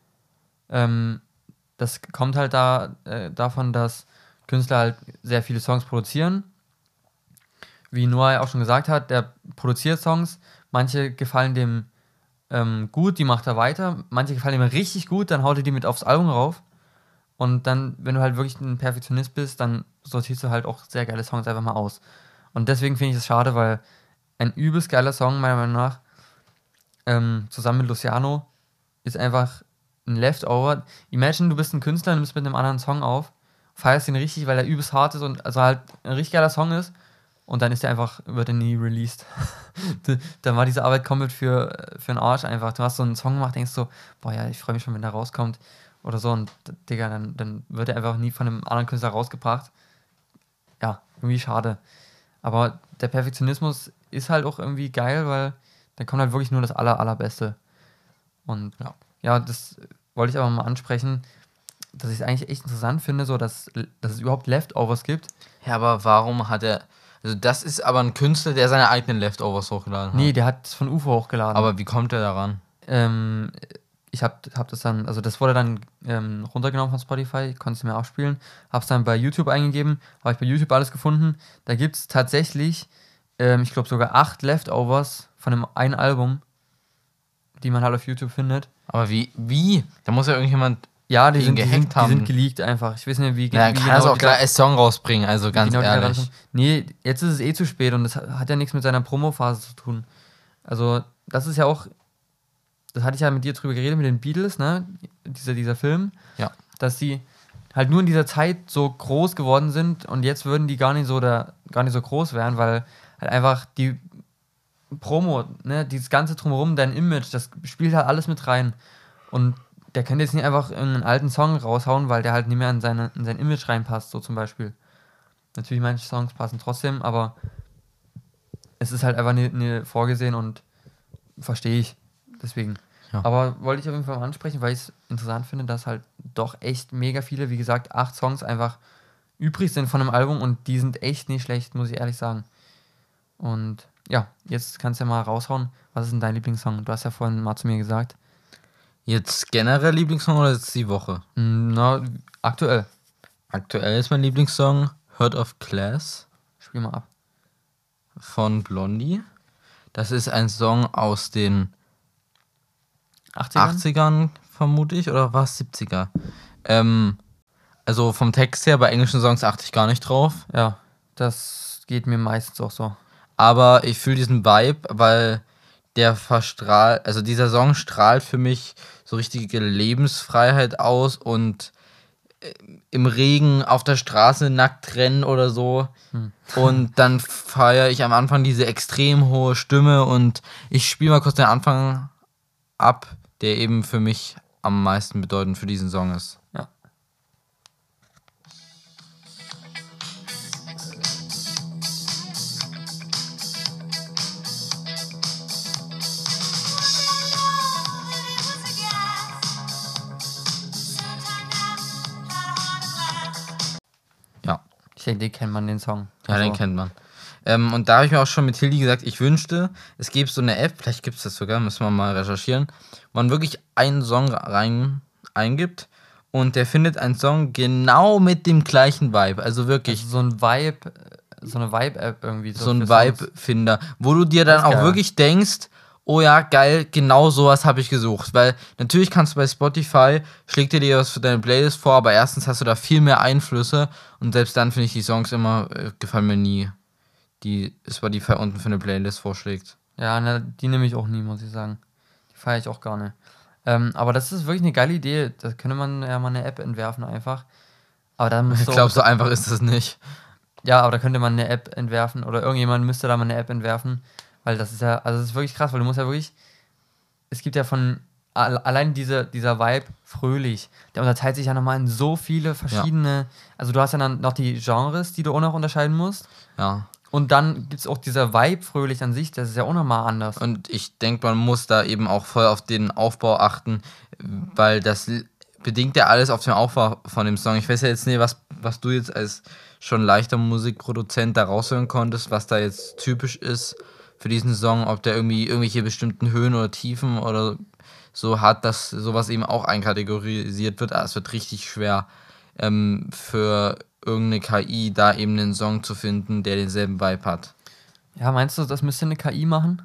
Speaker 1: Das kommt halt davon, dass Künstler halt sehr viele Songs produzieren. Wie Noah ja auch schon gesagt hat, der produziert Songs. Manche gefallen dem gut, die macht er weiter. Manche gefallen ihm richtig gut, dann haut er die mit aufs Album rauf. Und dann, wenn du halt wirklich ein Perfektionist bist, dann sortierst du halt auch sehr geile Songs einfach mal aus. Und deswegen finde ich es schade, weil ein übelst geiler Song, meiner Meinung nach, zusammen mit Luciano, ist einfach ein Leftover. Imagine, du bist ein Künstler, nimmst mit einem anderen Song auf, feierst ihn richtig, weil er übelst hart ist und also halt ein richtig geiler Song ist und dann wird er nie released. Dann war diese Arbeit komplett für den Arsch einfach. Du hast so einen Song gemacht, denkst so, boah ja, ich freue mich schon, wenn der rauskommt oder so und Digga, dann wird er einfach nie von einem anderen Künstler rausgebracht. Ja, irgendwie schade. Aber der Perfektionismus ist halt auch irgendwie geil, weil dann kommt halt wirklich nur das Allerbeste. Und ja, das wollte ich aber mal ansprechen, dass ich es eigentlich echt interessant finde, so dass es überhaupt Leftovers gibt.
Speaker 2: Ja, aber warum hat er... Also das ist aber ein Künstler, der seine eigenen Leftovers hochgeladen hat.
Speaker 1: Nee, der hat es von UFO hochgeladen.
Speaker 2: Aber wie kommt er daran?
Speaker 1: Ich hab das dann, also das wurde dann runtergenommen von Spotify, ich konnte es mir abspielen, hab's dann bei YouTube eingegeben, habe ich bei YouTube alles gefunden. Da gibt es tatsächlich, ich glaube sogar 8 Leftovers von einem einen Album, die man halt auf YouTube findet.
Speaker 2: Aber wie? Da muss ja irgendjemand...
Speaker 1: Ja, die sind geleakt einfach. Ich weiß nicht, wie
Speaker 2: kann
Speaker 1: genau
Speaker 2: er auch klar als Song rausbringen, also ganz
Speaker 1: genau
Speaker 2: ehrlich.
Speaker 1: Nee, jetzt ist es eh zu spät und das hat ja nichts mit seiner Promo-Phase zu tun. Also, das ist ja auch, das hatte ich ja mit dir drüber geredet, mit den Beatles, ne? Dieser Film.
Speaker 2: Ja.
Speaker 1: Dass die halt nur in dieser Zeit so groß geworden sind und jetzt würden die gar nicht so groß werden, weil halt einfach die Promo, ne, dieses ganze Drumherum, dein Image, das spielt halt alles mit rein. Und der könnte jetzt nicht einfach einen alten Song raushauen, weil der halt nicht mehr in sein Image reinpasst, so zum Beispiel. Natürlich, manche Songs passen trotzdem, aber es ist halt einfach nicht vorgesehen und verstehe ich. Deswegen.
Speaker 2: Ja.
Speaker 1: Aber wollte ich auf jeden Fall mal ansprechen, weil ich es interessant finde, dass halt doch echt mega viele, wie gesagt, 8 Songs einfach übrig sind von einem Album und die sind echt nicht schlecht, muss ich ehrlich sagen. Und ja, jetzt kannst du ja mal raushauen, was ist denn dein Lieblingssong? Du hast ja vorhin mal zu mir gesagt.
Speaker 2: Jetzt generell Lieblingssong oder jetzt die Woche?
Speaker 1: Na, aktuell.
Speaker 2: Aktuell ist mein Lieblingssong Hurt of Class.
Speaker 1: Spiel mal ab.
Speaker 2: Von Blondie. Das ist ein Song aus den 80ern vermute ich, oder war es 70er? Also vom Text her, bei englischen Songs achte ich gar nicht drauf.
Speaker 1: Ja, das geht mir meistens auch so.
Speaker 2: Aber ich fühle diesen Vibe, weil dieser Song strahlt für mich so richtige Lebensfreiheit aus und im Regen auf der Straße nackt rennen oder so. Und dann feiere ich am Anfang diese extrem hohe Stimme und ich spiele mal kurz den Anfang ab, der eben für mich am meisten bedeutend für diesen Song ist.
Speaker 1: Ja. Ich denke, den kennt man, den Song.
Speaker 2: Ja, den kennt man. Und da habe ich mir auch schon mit Hildi gesagt, ich wünschte, es gäbe so eine App, vielleicht gibt es das sogar, müssen wir mal recherchieren, wo man wirklich einen Song eingibt und der findet einen Song genau mit dem gleichen Vibe. Also wirklich.
Speaker 1: Also so eine Vibe-App irgendwie.
Speaker 2: So ein Vibe-Finder, wo du dir dann auch wirklich denkst, oh ja, geil, genau sowas habe ich gesucht. Weil natürlich kannst du bei Spotify, schlägt dir was für deine Playlist vor, aber erstens hast du da viel mehr Einflüsse und selbst dann finde ich die Songs immer, gefallen mir nie, die Spotify unten für eine Playlist vorschlägt.
Speaker 1: Ja, die nehme ich auch nie, muss ich sagen. Die feiere ich auch gar nicht. Aber das ist wirklich eine geile Idee. Da könnte man ja mal eine App entwerfen einfach. Aber dann
Speaker 2: Ich glaube, so einfach ist das nicht.
Speaker 1: Ja, aber da könnte man eine App entwerfen oder irgendjemand müsste da mal eine App entwerfen. Weil das ist ja, also das ist wirklich krass, weil du musst ja wirklich, es gibt ja allein dieser Vibe fröhlich, der unterteilt sich ja nochmal in so viele verschiedene, also du hast ja dann noch die Genres, die du auch noch unterscheiden musst.
Speaker 2: Ja.
Speaker 1: Und dann gibt es auch dieser Vibe fröhlich an sich, das ist ja auch nochmal anders.
Speaker 2: Und ich denke, man muss da eben auch voll auf den Aufbau achten, weil das bedingt ja alles auf den Aufbau von dem Song. Ich weiß ja jetzt nicht, was du jetzt als schon leichter Musikproduzent da raushören konntest, was da jetzt typisch ist für diesen Song, ob der irgendwie irgendwelche bestimmten Höhen oder Tiefen oder so hat, dass sowas eben auch einkategorisiert wird. Es wird richtig schwer für irgendeine KI da eben einen Song zu finden, der denselben Vibe hat.
Speaker 1: Ja, meinst du, das müsste eine KI machen?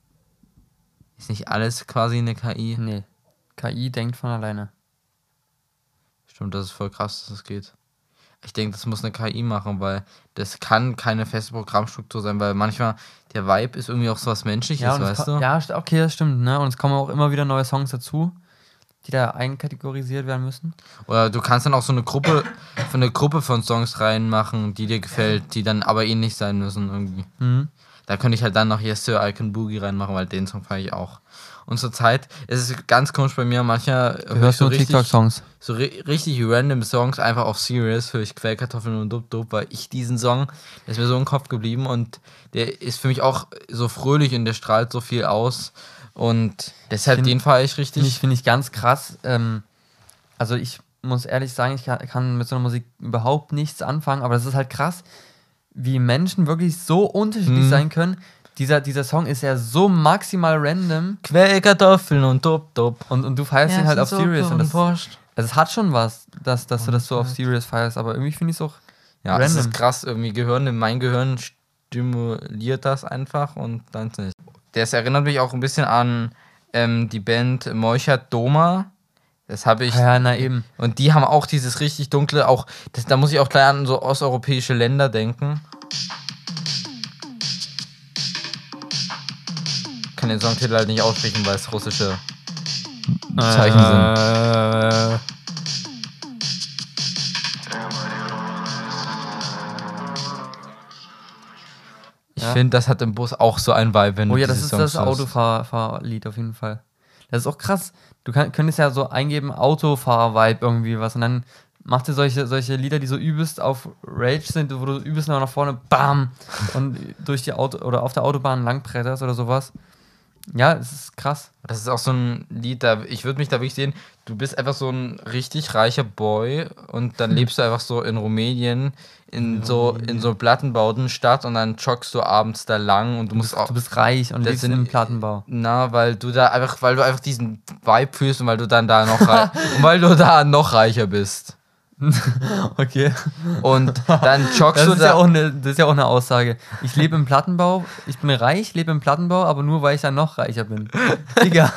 Speaker 2: Ist nicht alles quasi eine KI?
Speaker 1: Nee, KI denkt von alleine.
Speaker 2: Stimmt, das ist voll krass, dass das geht. Ich denke, das muss eine KI machen, weil das kann keine feste Programmstruktur sein, weil manchmal der Vibe ist irgendwie auch so was Menschliches,
Speaker 1: Ja,
Speaker 2: weißt du?
Speaker 1: Ja, okay, das stimmt, ne? Und es kommen auch immer wieder neue Songs dazu. die da einkategorisiert werden müssen?
Speaker 2: Oder du kannst dann auch so eine Gruppe von Songs reinmachen, die dir gefällt, die dann aber ähnlich sein müssen irgendwie. Da könnte ich halt dann noch Yes Sir, I Can Boogie reinmachen, weil den Song fand ich auch. Und zur Zeit ist es ganz komisch bei mir, manchmal höre ich so richtig
Speaker 1: TikTok-Songs.
Speaker 2: so richtig random Songs einfach auf Serious, höre ich Quellkartoffeln und Dub, weil ich diesen Song, der ist mir so im Kopf geblieben und der ist für mich auch so fröhlich und der strahlt so viel aus und deshalb den fahre ich richtig.
Speaker 1: Finde ich ganz krass. Also ich muss ehrlich sagen, ich kann mit so einer Musik überhaupt nichts anfangen, aber das ist halt krass, wie Menschen wirklich so unterschiedlich sein können. Dieser Song ist ja so maximal random.
Speaker 2: Quellkartoffeln und Dub.
Speaker 1: Und du feierst ihn halt auf Serious. Und
Speaker 2: Wurst.
Speaker 1: es hat schon was, dass du das so auf Serious feierst, aber irgendwie finde ich es auch
Speaker 2: Ja, das
Speaker 1: random.
Speaker 2: ist krass, irgendwie mein Gehirn stimuliert das einfach und dann nicht. Das erinnert mich auch ein bisschen an die Band Moichat Doma. Das habe ich.
Speaker 1: Ja, na eben.
Speaker 2: Und die haben auch dieses richtig dunkle, auch da muss ich auch gleich an so osteuropäische Länder denken. Ich kann den Songtitel halt nicht aussprechen, weil es russische Zeichen sind. Ich finde, das hat im Bus auch so ein Vibe, wenn
Speaker 1: Oh
Speaker 2: du
Speaker 1: ja, das
Speaker 2: diese
Speaker 1: ist
Speaker 2: Songs
Speaker 1: das Autofahrlied auf jeden Fall. Das ist auch krass. Du könntest ja so eingeben, Autofahr-Vibe irgendwie was und dann macht ihr solche Lieder, die so übelst auf Rage sind, wo du übelst nach vorne, bam, und durch die oder auf der Autobahn langbretterst oder sowas. Ja, es ist krass.
Speaker 2: Das ist auch so ein Lied, ich würde mich da wirklich sehen, du bist einfach so ein richtig reicher Boy und dann lebst du einfach so in Rumänien, in so Plattenbautenstadt und dann joggst du abends da lang und du
Speaker 1: bist reich und lebst im Plattenbau.
Speaker 2: Weil du einfach diesen Vibe fühlst und weil du dann da noch und weil du da noch reicher bist.
Speaker 1: Okay.
Speaker 2: Und dann joggst du da.
Speaker 1: Das ist ja auch eine Aussage. Ich lebe im Plattenbau, ich bin reich, lebe im Plattenbau, aber nur weil ich dann noch reicher bin. Digga.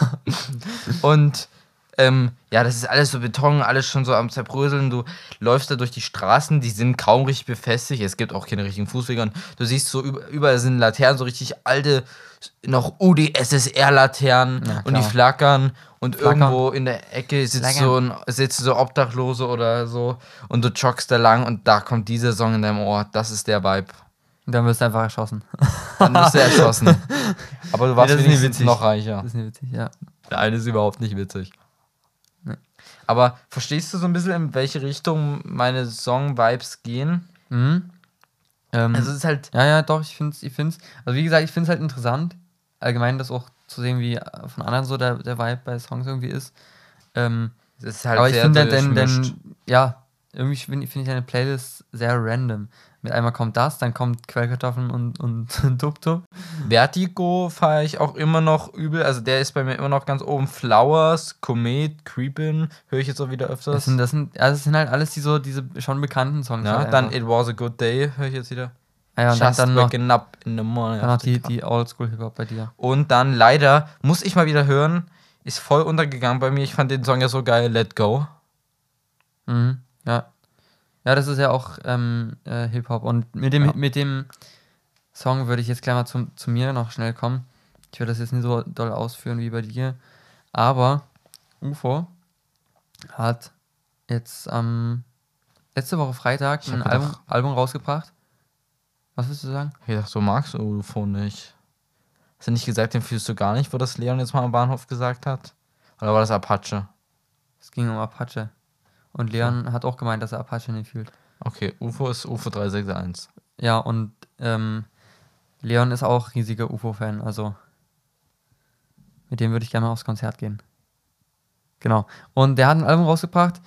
Speaker 2: Und ja, das ist alles so Beton, alles schon so am Zerbröseln. Du läufst da durch die Straßen, die sind kaum richtig befestigt. Es gibt auch keine richtigen Fußwege. Und du siehst so, überall sind Laternen, so richtig alte, noch UdSSR-Laternen und die flackern. Und irgendwo in der Ecke sitzt so Obdachlose oder so. Und du joggst da lang und da kommt dieser Song in deinem Ohr. Das ist der Vibe.
Speaker 1: Und dann wirst du einfach erschossen.
Speaker 2: Dann wirst du erschossen. Aber du warst wenigstens noch reicher.
Speaker 1: Das ist nicht witzig, ja.
Speaker 2: Der eine ist überhaupt nicht witzig.
Speaker 1: Nee.
Speaker 2: Aber verstehst du so ein bisschen, in welche Richtung meine Song-Vibes gehen? Also es ist halt...
Speaker 1: Ja, doch, ich find's, also wie gesagt, ich finde es halt interessant, allgemein das auch zu sehen, wie von anderen so der Vibe bei Songs irgendwie ist.
Speaker 2: Es ist halt
Speaker 1: aber ich
Speaker 2: sehr
Speaker 1: finde,
Speaker 2: durchmischt.
Speaker 1: irgendwie finde ich deine Playlist sehr random. Mit einmal kommt das, dann kommt Quellkartoffeln und Dub.
Speaker 2: Vertigo feiere ich auch immer noch übel. Also der ist bei mir immer noch ganz oben. Flowers, Komet, Creepin' höre ich jetzt auch wieder öfters.
Speaker 1: Das sind halt alles diese schon bekannten Songs.
Speaker 2: Ja,
Speaker 1: halt
Speaker 2: dann
Speaker 1: einfach.
Speaker 2: It Was a Good Day höre ich jetzt wieder.
Speaker 1: Ja, und
Speaker 2: Just
Speaker 1: dann noch,
Speaker 2: waking up in the morning.
Speaker 1: dann noch die Oldschool-Hip-Hop bei dir.
Speaker 2: Und dann leider, muss ich mal wieder hören, ist voll untergegangen bei mir. Ich fand den Song ja so geil, Let Go.
Speaker 1: Ja. Ja, das ist ja auch Hip-Hop. Und mit dem Song würde ich jetzt gleich mal zu mir noch schnell kommen. Ich werde das jetzt nicht so doll ausführen wie bei dir. Aber UFO hat jetzt letzte Woche Freitag ein Album rausgebracht. Was willst du sagen?
Speaker 2: Ich dachte, du magst UFO nicht. Hast du nicht gesagt, den fühlst du gar nicht, wo das Leon jetzt mal am Bahnhof gesagt hat? Oder war das Apache?
Speaker 1: Es ging um Apache. Und Leon hat auch gemeint, dass er Apache nicht fühlt.
Speaker 2: Okay, UFO ist UFO 361.
Speaker 1: Ja, und Leon ist auch riesiger UFO-Fan, also mit dem würde ich gerne mal aufs Konzert gehen. Genau. Und der hat ein Album rausgebracht.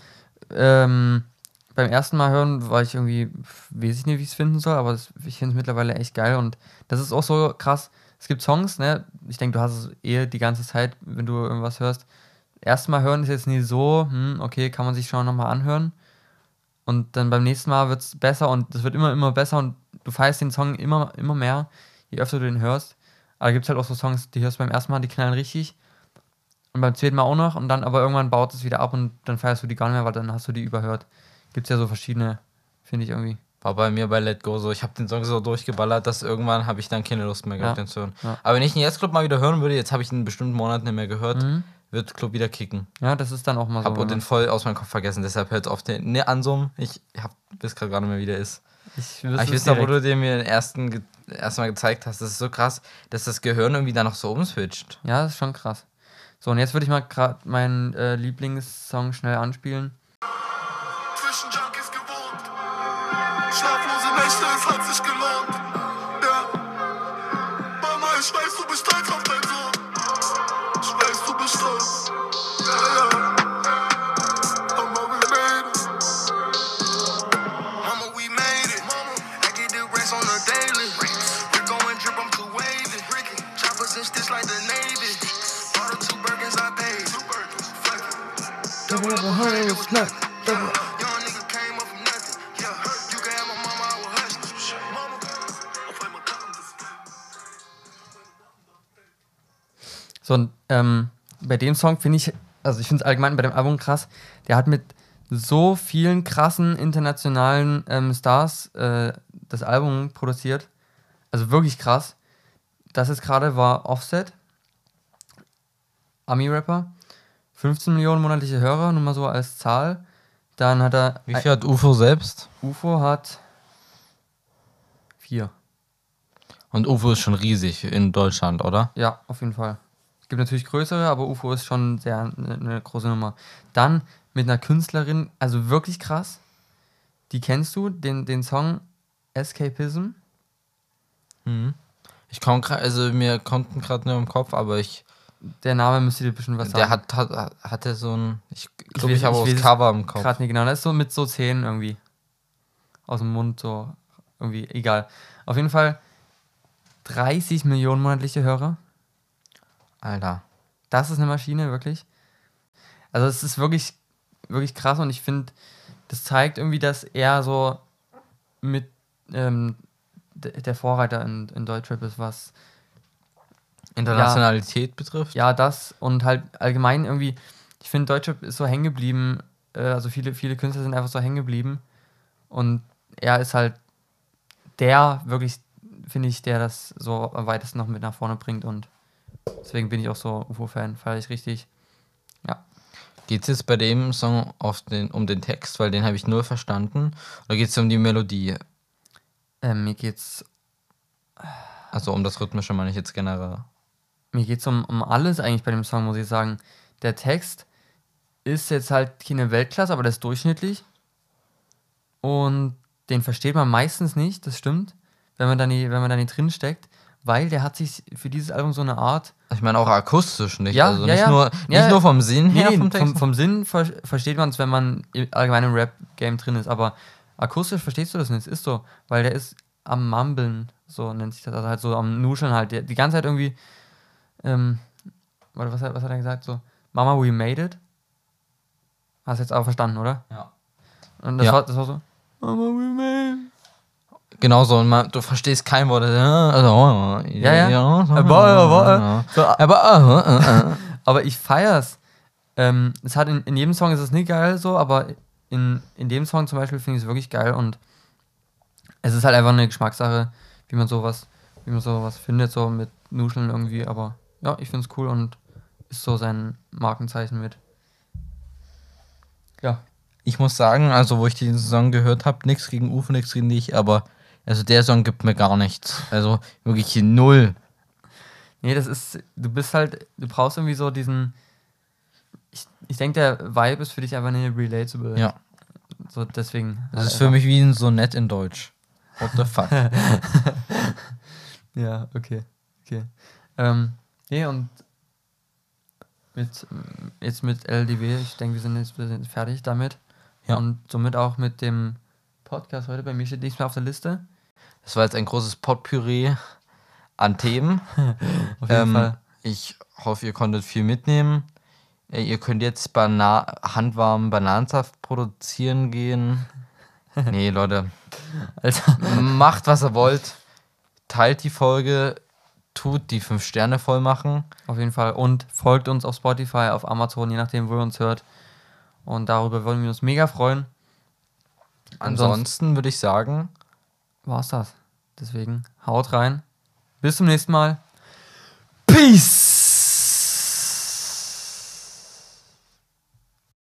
Speaker 1: Beim ersten Mal hören war ich irgendwie, weiß ich nicht, wie ich es finden soll, aber ich finde es mittlerweile echt geil und das ist auch so krass. Es gibt Songs, ne? Ich denke, du hast es die ganze Zeit, wenn du irgendwas hörst. Erstmal hören ist jetzt nie so, okay, kann man sich schon nochmal anhören. Und dann beim nächsten Mal wird es besser und es wird immer besser und du feierst den Song immer mehr, je öfter du den hörst. Aber gibt es halt auch so Songs, die hörst du beim ersten Mal, die knallen richtig. Und beim zweiten Mal auch noch und dann aber irgendwann baut es wieder ab und dann feierst du die gar nicht mehr, weil dann hast du die überhört. Gibt es ja so verschiedene, finde ich irgendwie.
Speaker 2: War bei mir bei Let Go so. Ich habe den Song so durchgeballert, dass irgendwann habe ich dann keine Lust mehr gehabt, den zu hören. Ja. Aber wenn ich den jetzt Club mal wieder hören würde, jetzt habe ich ihn in bestimmten Monaten nicht mehr gehört, wird Club wieder kicken.
Speaker 1: Ja, das ist dann auch mal
Speaker 2: Hab
Speaker 1: so.
Speaker 2: den voll aus meinem Kopf vergessen, deshalb hört auf den. Ne, Ansum, ich weiß gerade gar nicht mehr, wie der ist.
Speaker 1: Ich
Speaker 2: Aber ich weiß noch, wo du dir mir den ersten Mal gezeigt hast, das ist so krass, dass das Gehirn irgendwie da noch so umswitcht.
Speaker 1: Ja, das ist schon krass. So, und jetzt würde ich mal gerade meinen Lieblingssong schnell anspielen.
Speaker 4: Zwischen Junkies gewohnt. Schlaflose Nächte, es hat sich gelohnt. Ja. Mama, ich weiß, du bist stolz auf deinen Sohn. Ich weiß, du bist stolz. Ja, ja. Mama, we made it. Mama, we made it. I get the rest on the daily. We're going drip, I'm too wavy. Choppers and stitch like the Navy. Bought her 2 Birkins, I paid. Fuck it. Double up a hundred, it was nothing. Young nigga came up from nothing. Yeah, you can have my mama, I will hush. Mama, I'll play my guns.
Speaker 1: So, und bei dem Song finde ich, also ich finde es allgemein bei dem Album krass, der hat mit so vielen krassen internationalen Stars das Album produziert. Also wirklich krass. Das jetzt gerade war Offset, Ami-Rapper, 15 Millionen monatliche Hörer, nur mal so als Zahl. Dann hat er,
Speaker 2: Wie viel hat UFO selbst?
Speaker 1: UFO hat 4.
Speaker 2: Und UFO ist schon riesig in Deutschland, oder?
Speaker 1: Ja, auf jeden Fall. Es gibt natürlich größere, aber UFO ist schon sehr eine große Nummer. Dann mit einer Künstlerin, also wirklich krass. Die kennst du, den Song Escapism?
Speaker 2: Ich komme gerade, also mir kommt gerade nur im Kopf, aber
Speaker 1: Der Name müsste dir bestimmt was sagen.
Speaker 2: der hatte so ein, ich glaube,
Speaker 1: weiß-
Speaker 2: ich habe auch
Speaker 1: weiß
Speaker 2: das
Speaker 1: es
Speaker 2: Cover im Kopf.
Speaker 1: Gerade nicht genau, das ist so mit so Zähnen irgendwie. Aus dem Mund so, irgendwie, egal. Auf jeden Fall 30 Millionen monatliche Hörer.
Speaker 2: Alter.
Speaker 1: Das ist eine Maschine, wirklich. Also es ist wirklich, wirklich krass und ich finde, das zeigt irgendwie, dass er so mit der Vorreiter in Deutschrap ist, was
Speaker 2: Internationalität betrifft?
Speaker 1: ja das und halt allgemein irgendwie, ich finde, Deutschrap ist so hängen geblieben, also viele Künstler sind einfach so hängen geblieben und er ist halt der, wirklich, finde ich, der das so am weitesten noch mit nach vorne bringt und deswegen bin ich auch so UFO-Fan, feiere ich richtig. Ja.
Speaker 2: Geht es jetzt bei dem Song um den Text, weil den habe ich nur verstanden? Oder geht es um die Melodie?
Speaker 1: Mir geht's
Speaker 2: Also um das Rhythmische meine ich jetzt generell.
Speaker 1: Mir geht's um alles eigentlich bei dem Song, muss ich sagen. Der Text ist jetzt halt keine Weltklasse, aber der ist durchschnittlich. Und den versteht man meistens nicht, das stimmt, wenn man da nicht drin steckt, weil der hat sich für dieses Album so eine Art.
Speaker 2: Ich meine auch akustisch nicht.
Speaker 1: Ja,
Speaker 2: also
Speaker 1: ja,
Speaker 2: nicht,
Speaker 1: ja.
Speaker 2: Nur,
Speaker 1: Ja,
Speaker 2: nicht nur vom Sinn her,
Speaker 1: Nee,
Speaker 2: vom Text.
Speaker 1: vom Sinn versteht man es, wenn man allgemein im Rap-Game drin ist, aber akustisch verstehst du das nicht, ist so, weil der ist am Mumbeln, so nennt sich das, also halt so am Nuscheln halt, die ganze Zeit irgendwie, warte, was hat er gesagt, so, Mama, we made it? Hast du jetzt aber verstanden, oder?
Speaker 2: Ja.
Speaker 1: Und das,
Speaker 2: Ja.
Speaker 1: war so, Mama, we made it.
Speaker 2: Genau so, und du verstehst kein Wort.
Speaker 1: Ja, ja. So, aber ich feier's. Es hat in jedem Song ist es nicht geil so, aber in dem Song zum Beispiel finde ich es wirklich geil und es ist halt einfach eine Geschmackssache, wie man sowas findet, so mit Nuscheln irgendwie, aber ja, ich finde es cool und ist so sein Markenzeichen mit. Ja.
Speaker 2: Ich muss sagen, also wo ich diesen Song gehört habe, nichts gegen UFO, nichts gegen dich, aber also der Song gibt mir gar nichts. Also wirklich null.
Speaker 1: Nee, du brauchst irgendwie so diesen, ich denke, der Vibe ist für dich einfach nicht relatable.
Speaker 2: Ja.
Speaker 1: So deswegen.
Speaker 2: Das ist für mich wie ein Sonett in Deutsch. What the fuck?
Speaker 1: Ja, okay. Nee, und jetzt mit LDW, ich denke, wir sind fertig damit.
Speaker 2: Ja.
Speaker 1: Und somit auch mit dem Podcast heute. Bei mir steht nichts mehr auf der Liste.
Speaker 2: Das war jetzt ein großes Potpourri an Themen.
Speaker 1: Auf jeden Fall.
Speaker 2: Ich hoffe, ihr konntet viel mitnehmen. Ihr könnt jetzt handwarmen Bananensaft produzieren gehen. Nee, Leute.
Speaker 1: Alter.
Speaker 2: Macht, was ihr wollt. Teilt die Folge. Tut die 5 Sterne voll machen.
Speaker 1: Auf jeden Fall. Und folgt uns auf Spotify, auf Amazon, je nachdem, wo ihr uns hört. Und darüber würden wir uns mega freuen.
Speaker 2: Ansonsten würde ich sagen,
Speaker 1: War's das. Deswegen haut rein. Bis zum nächsten Mal. Peace!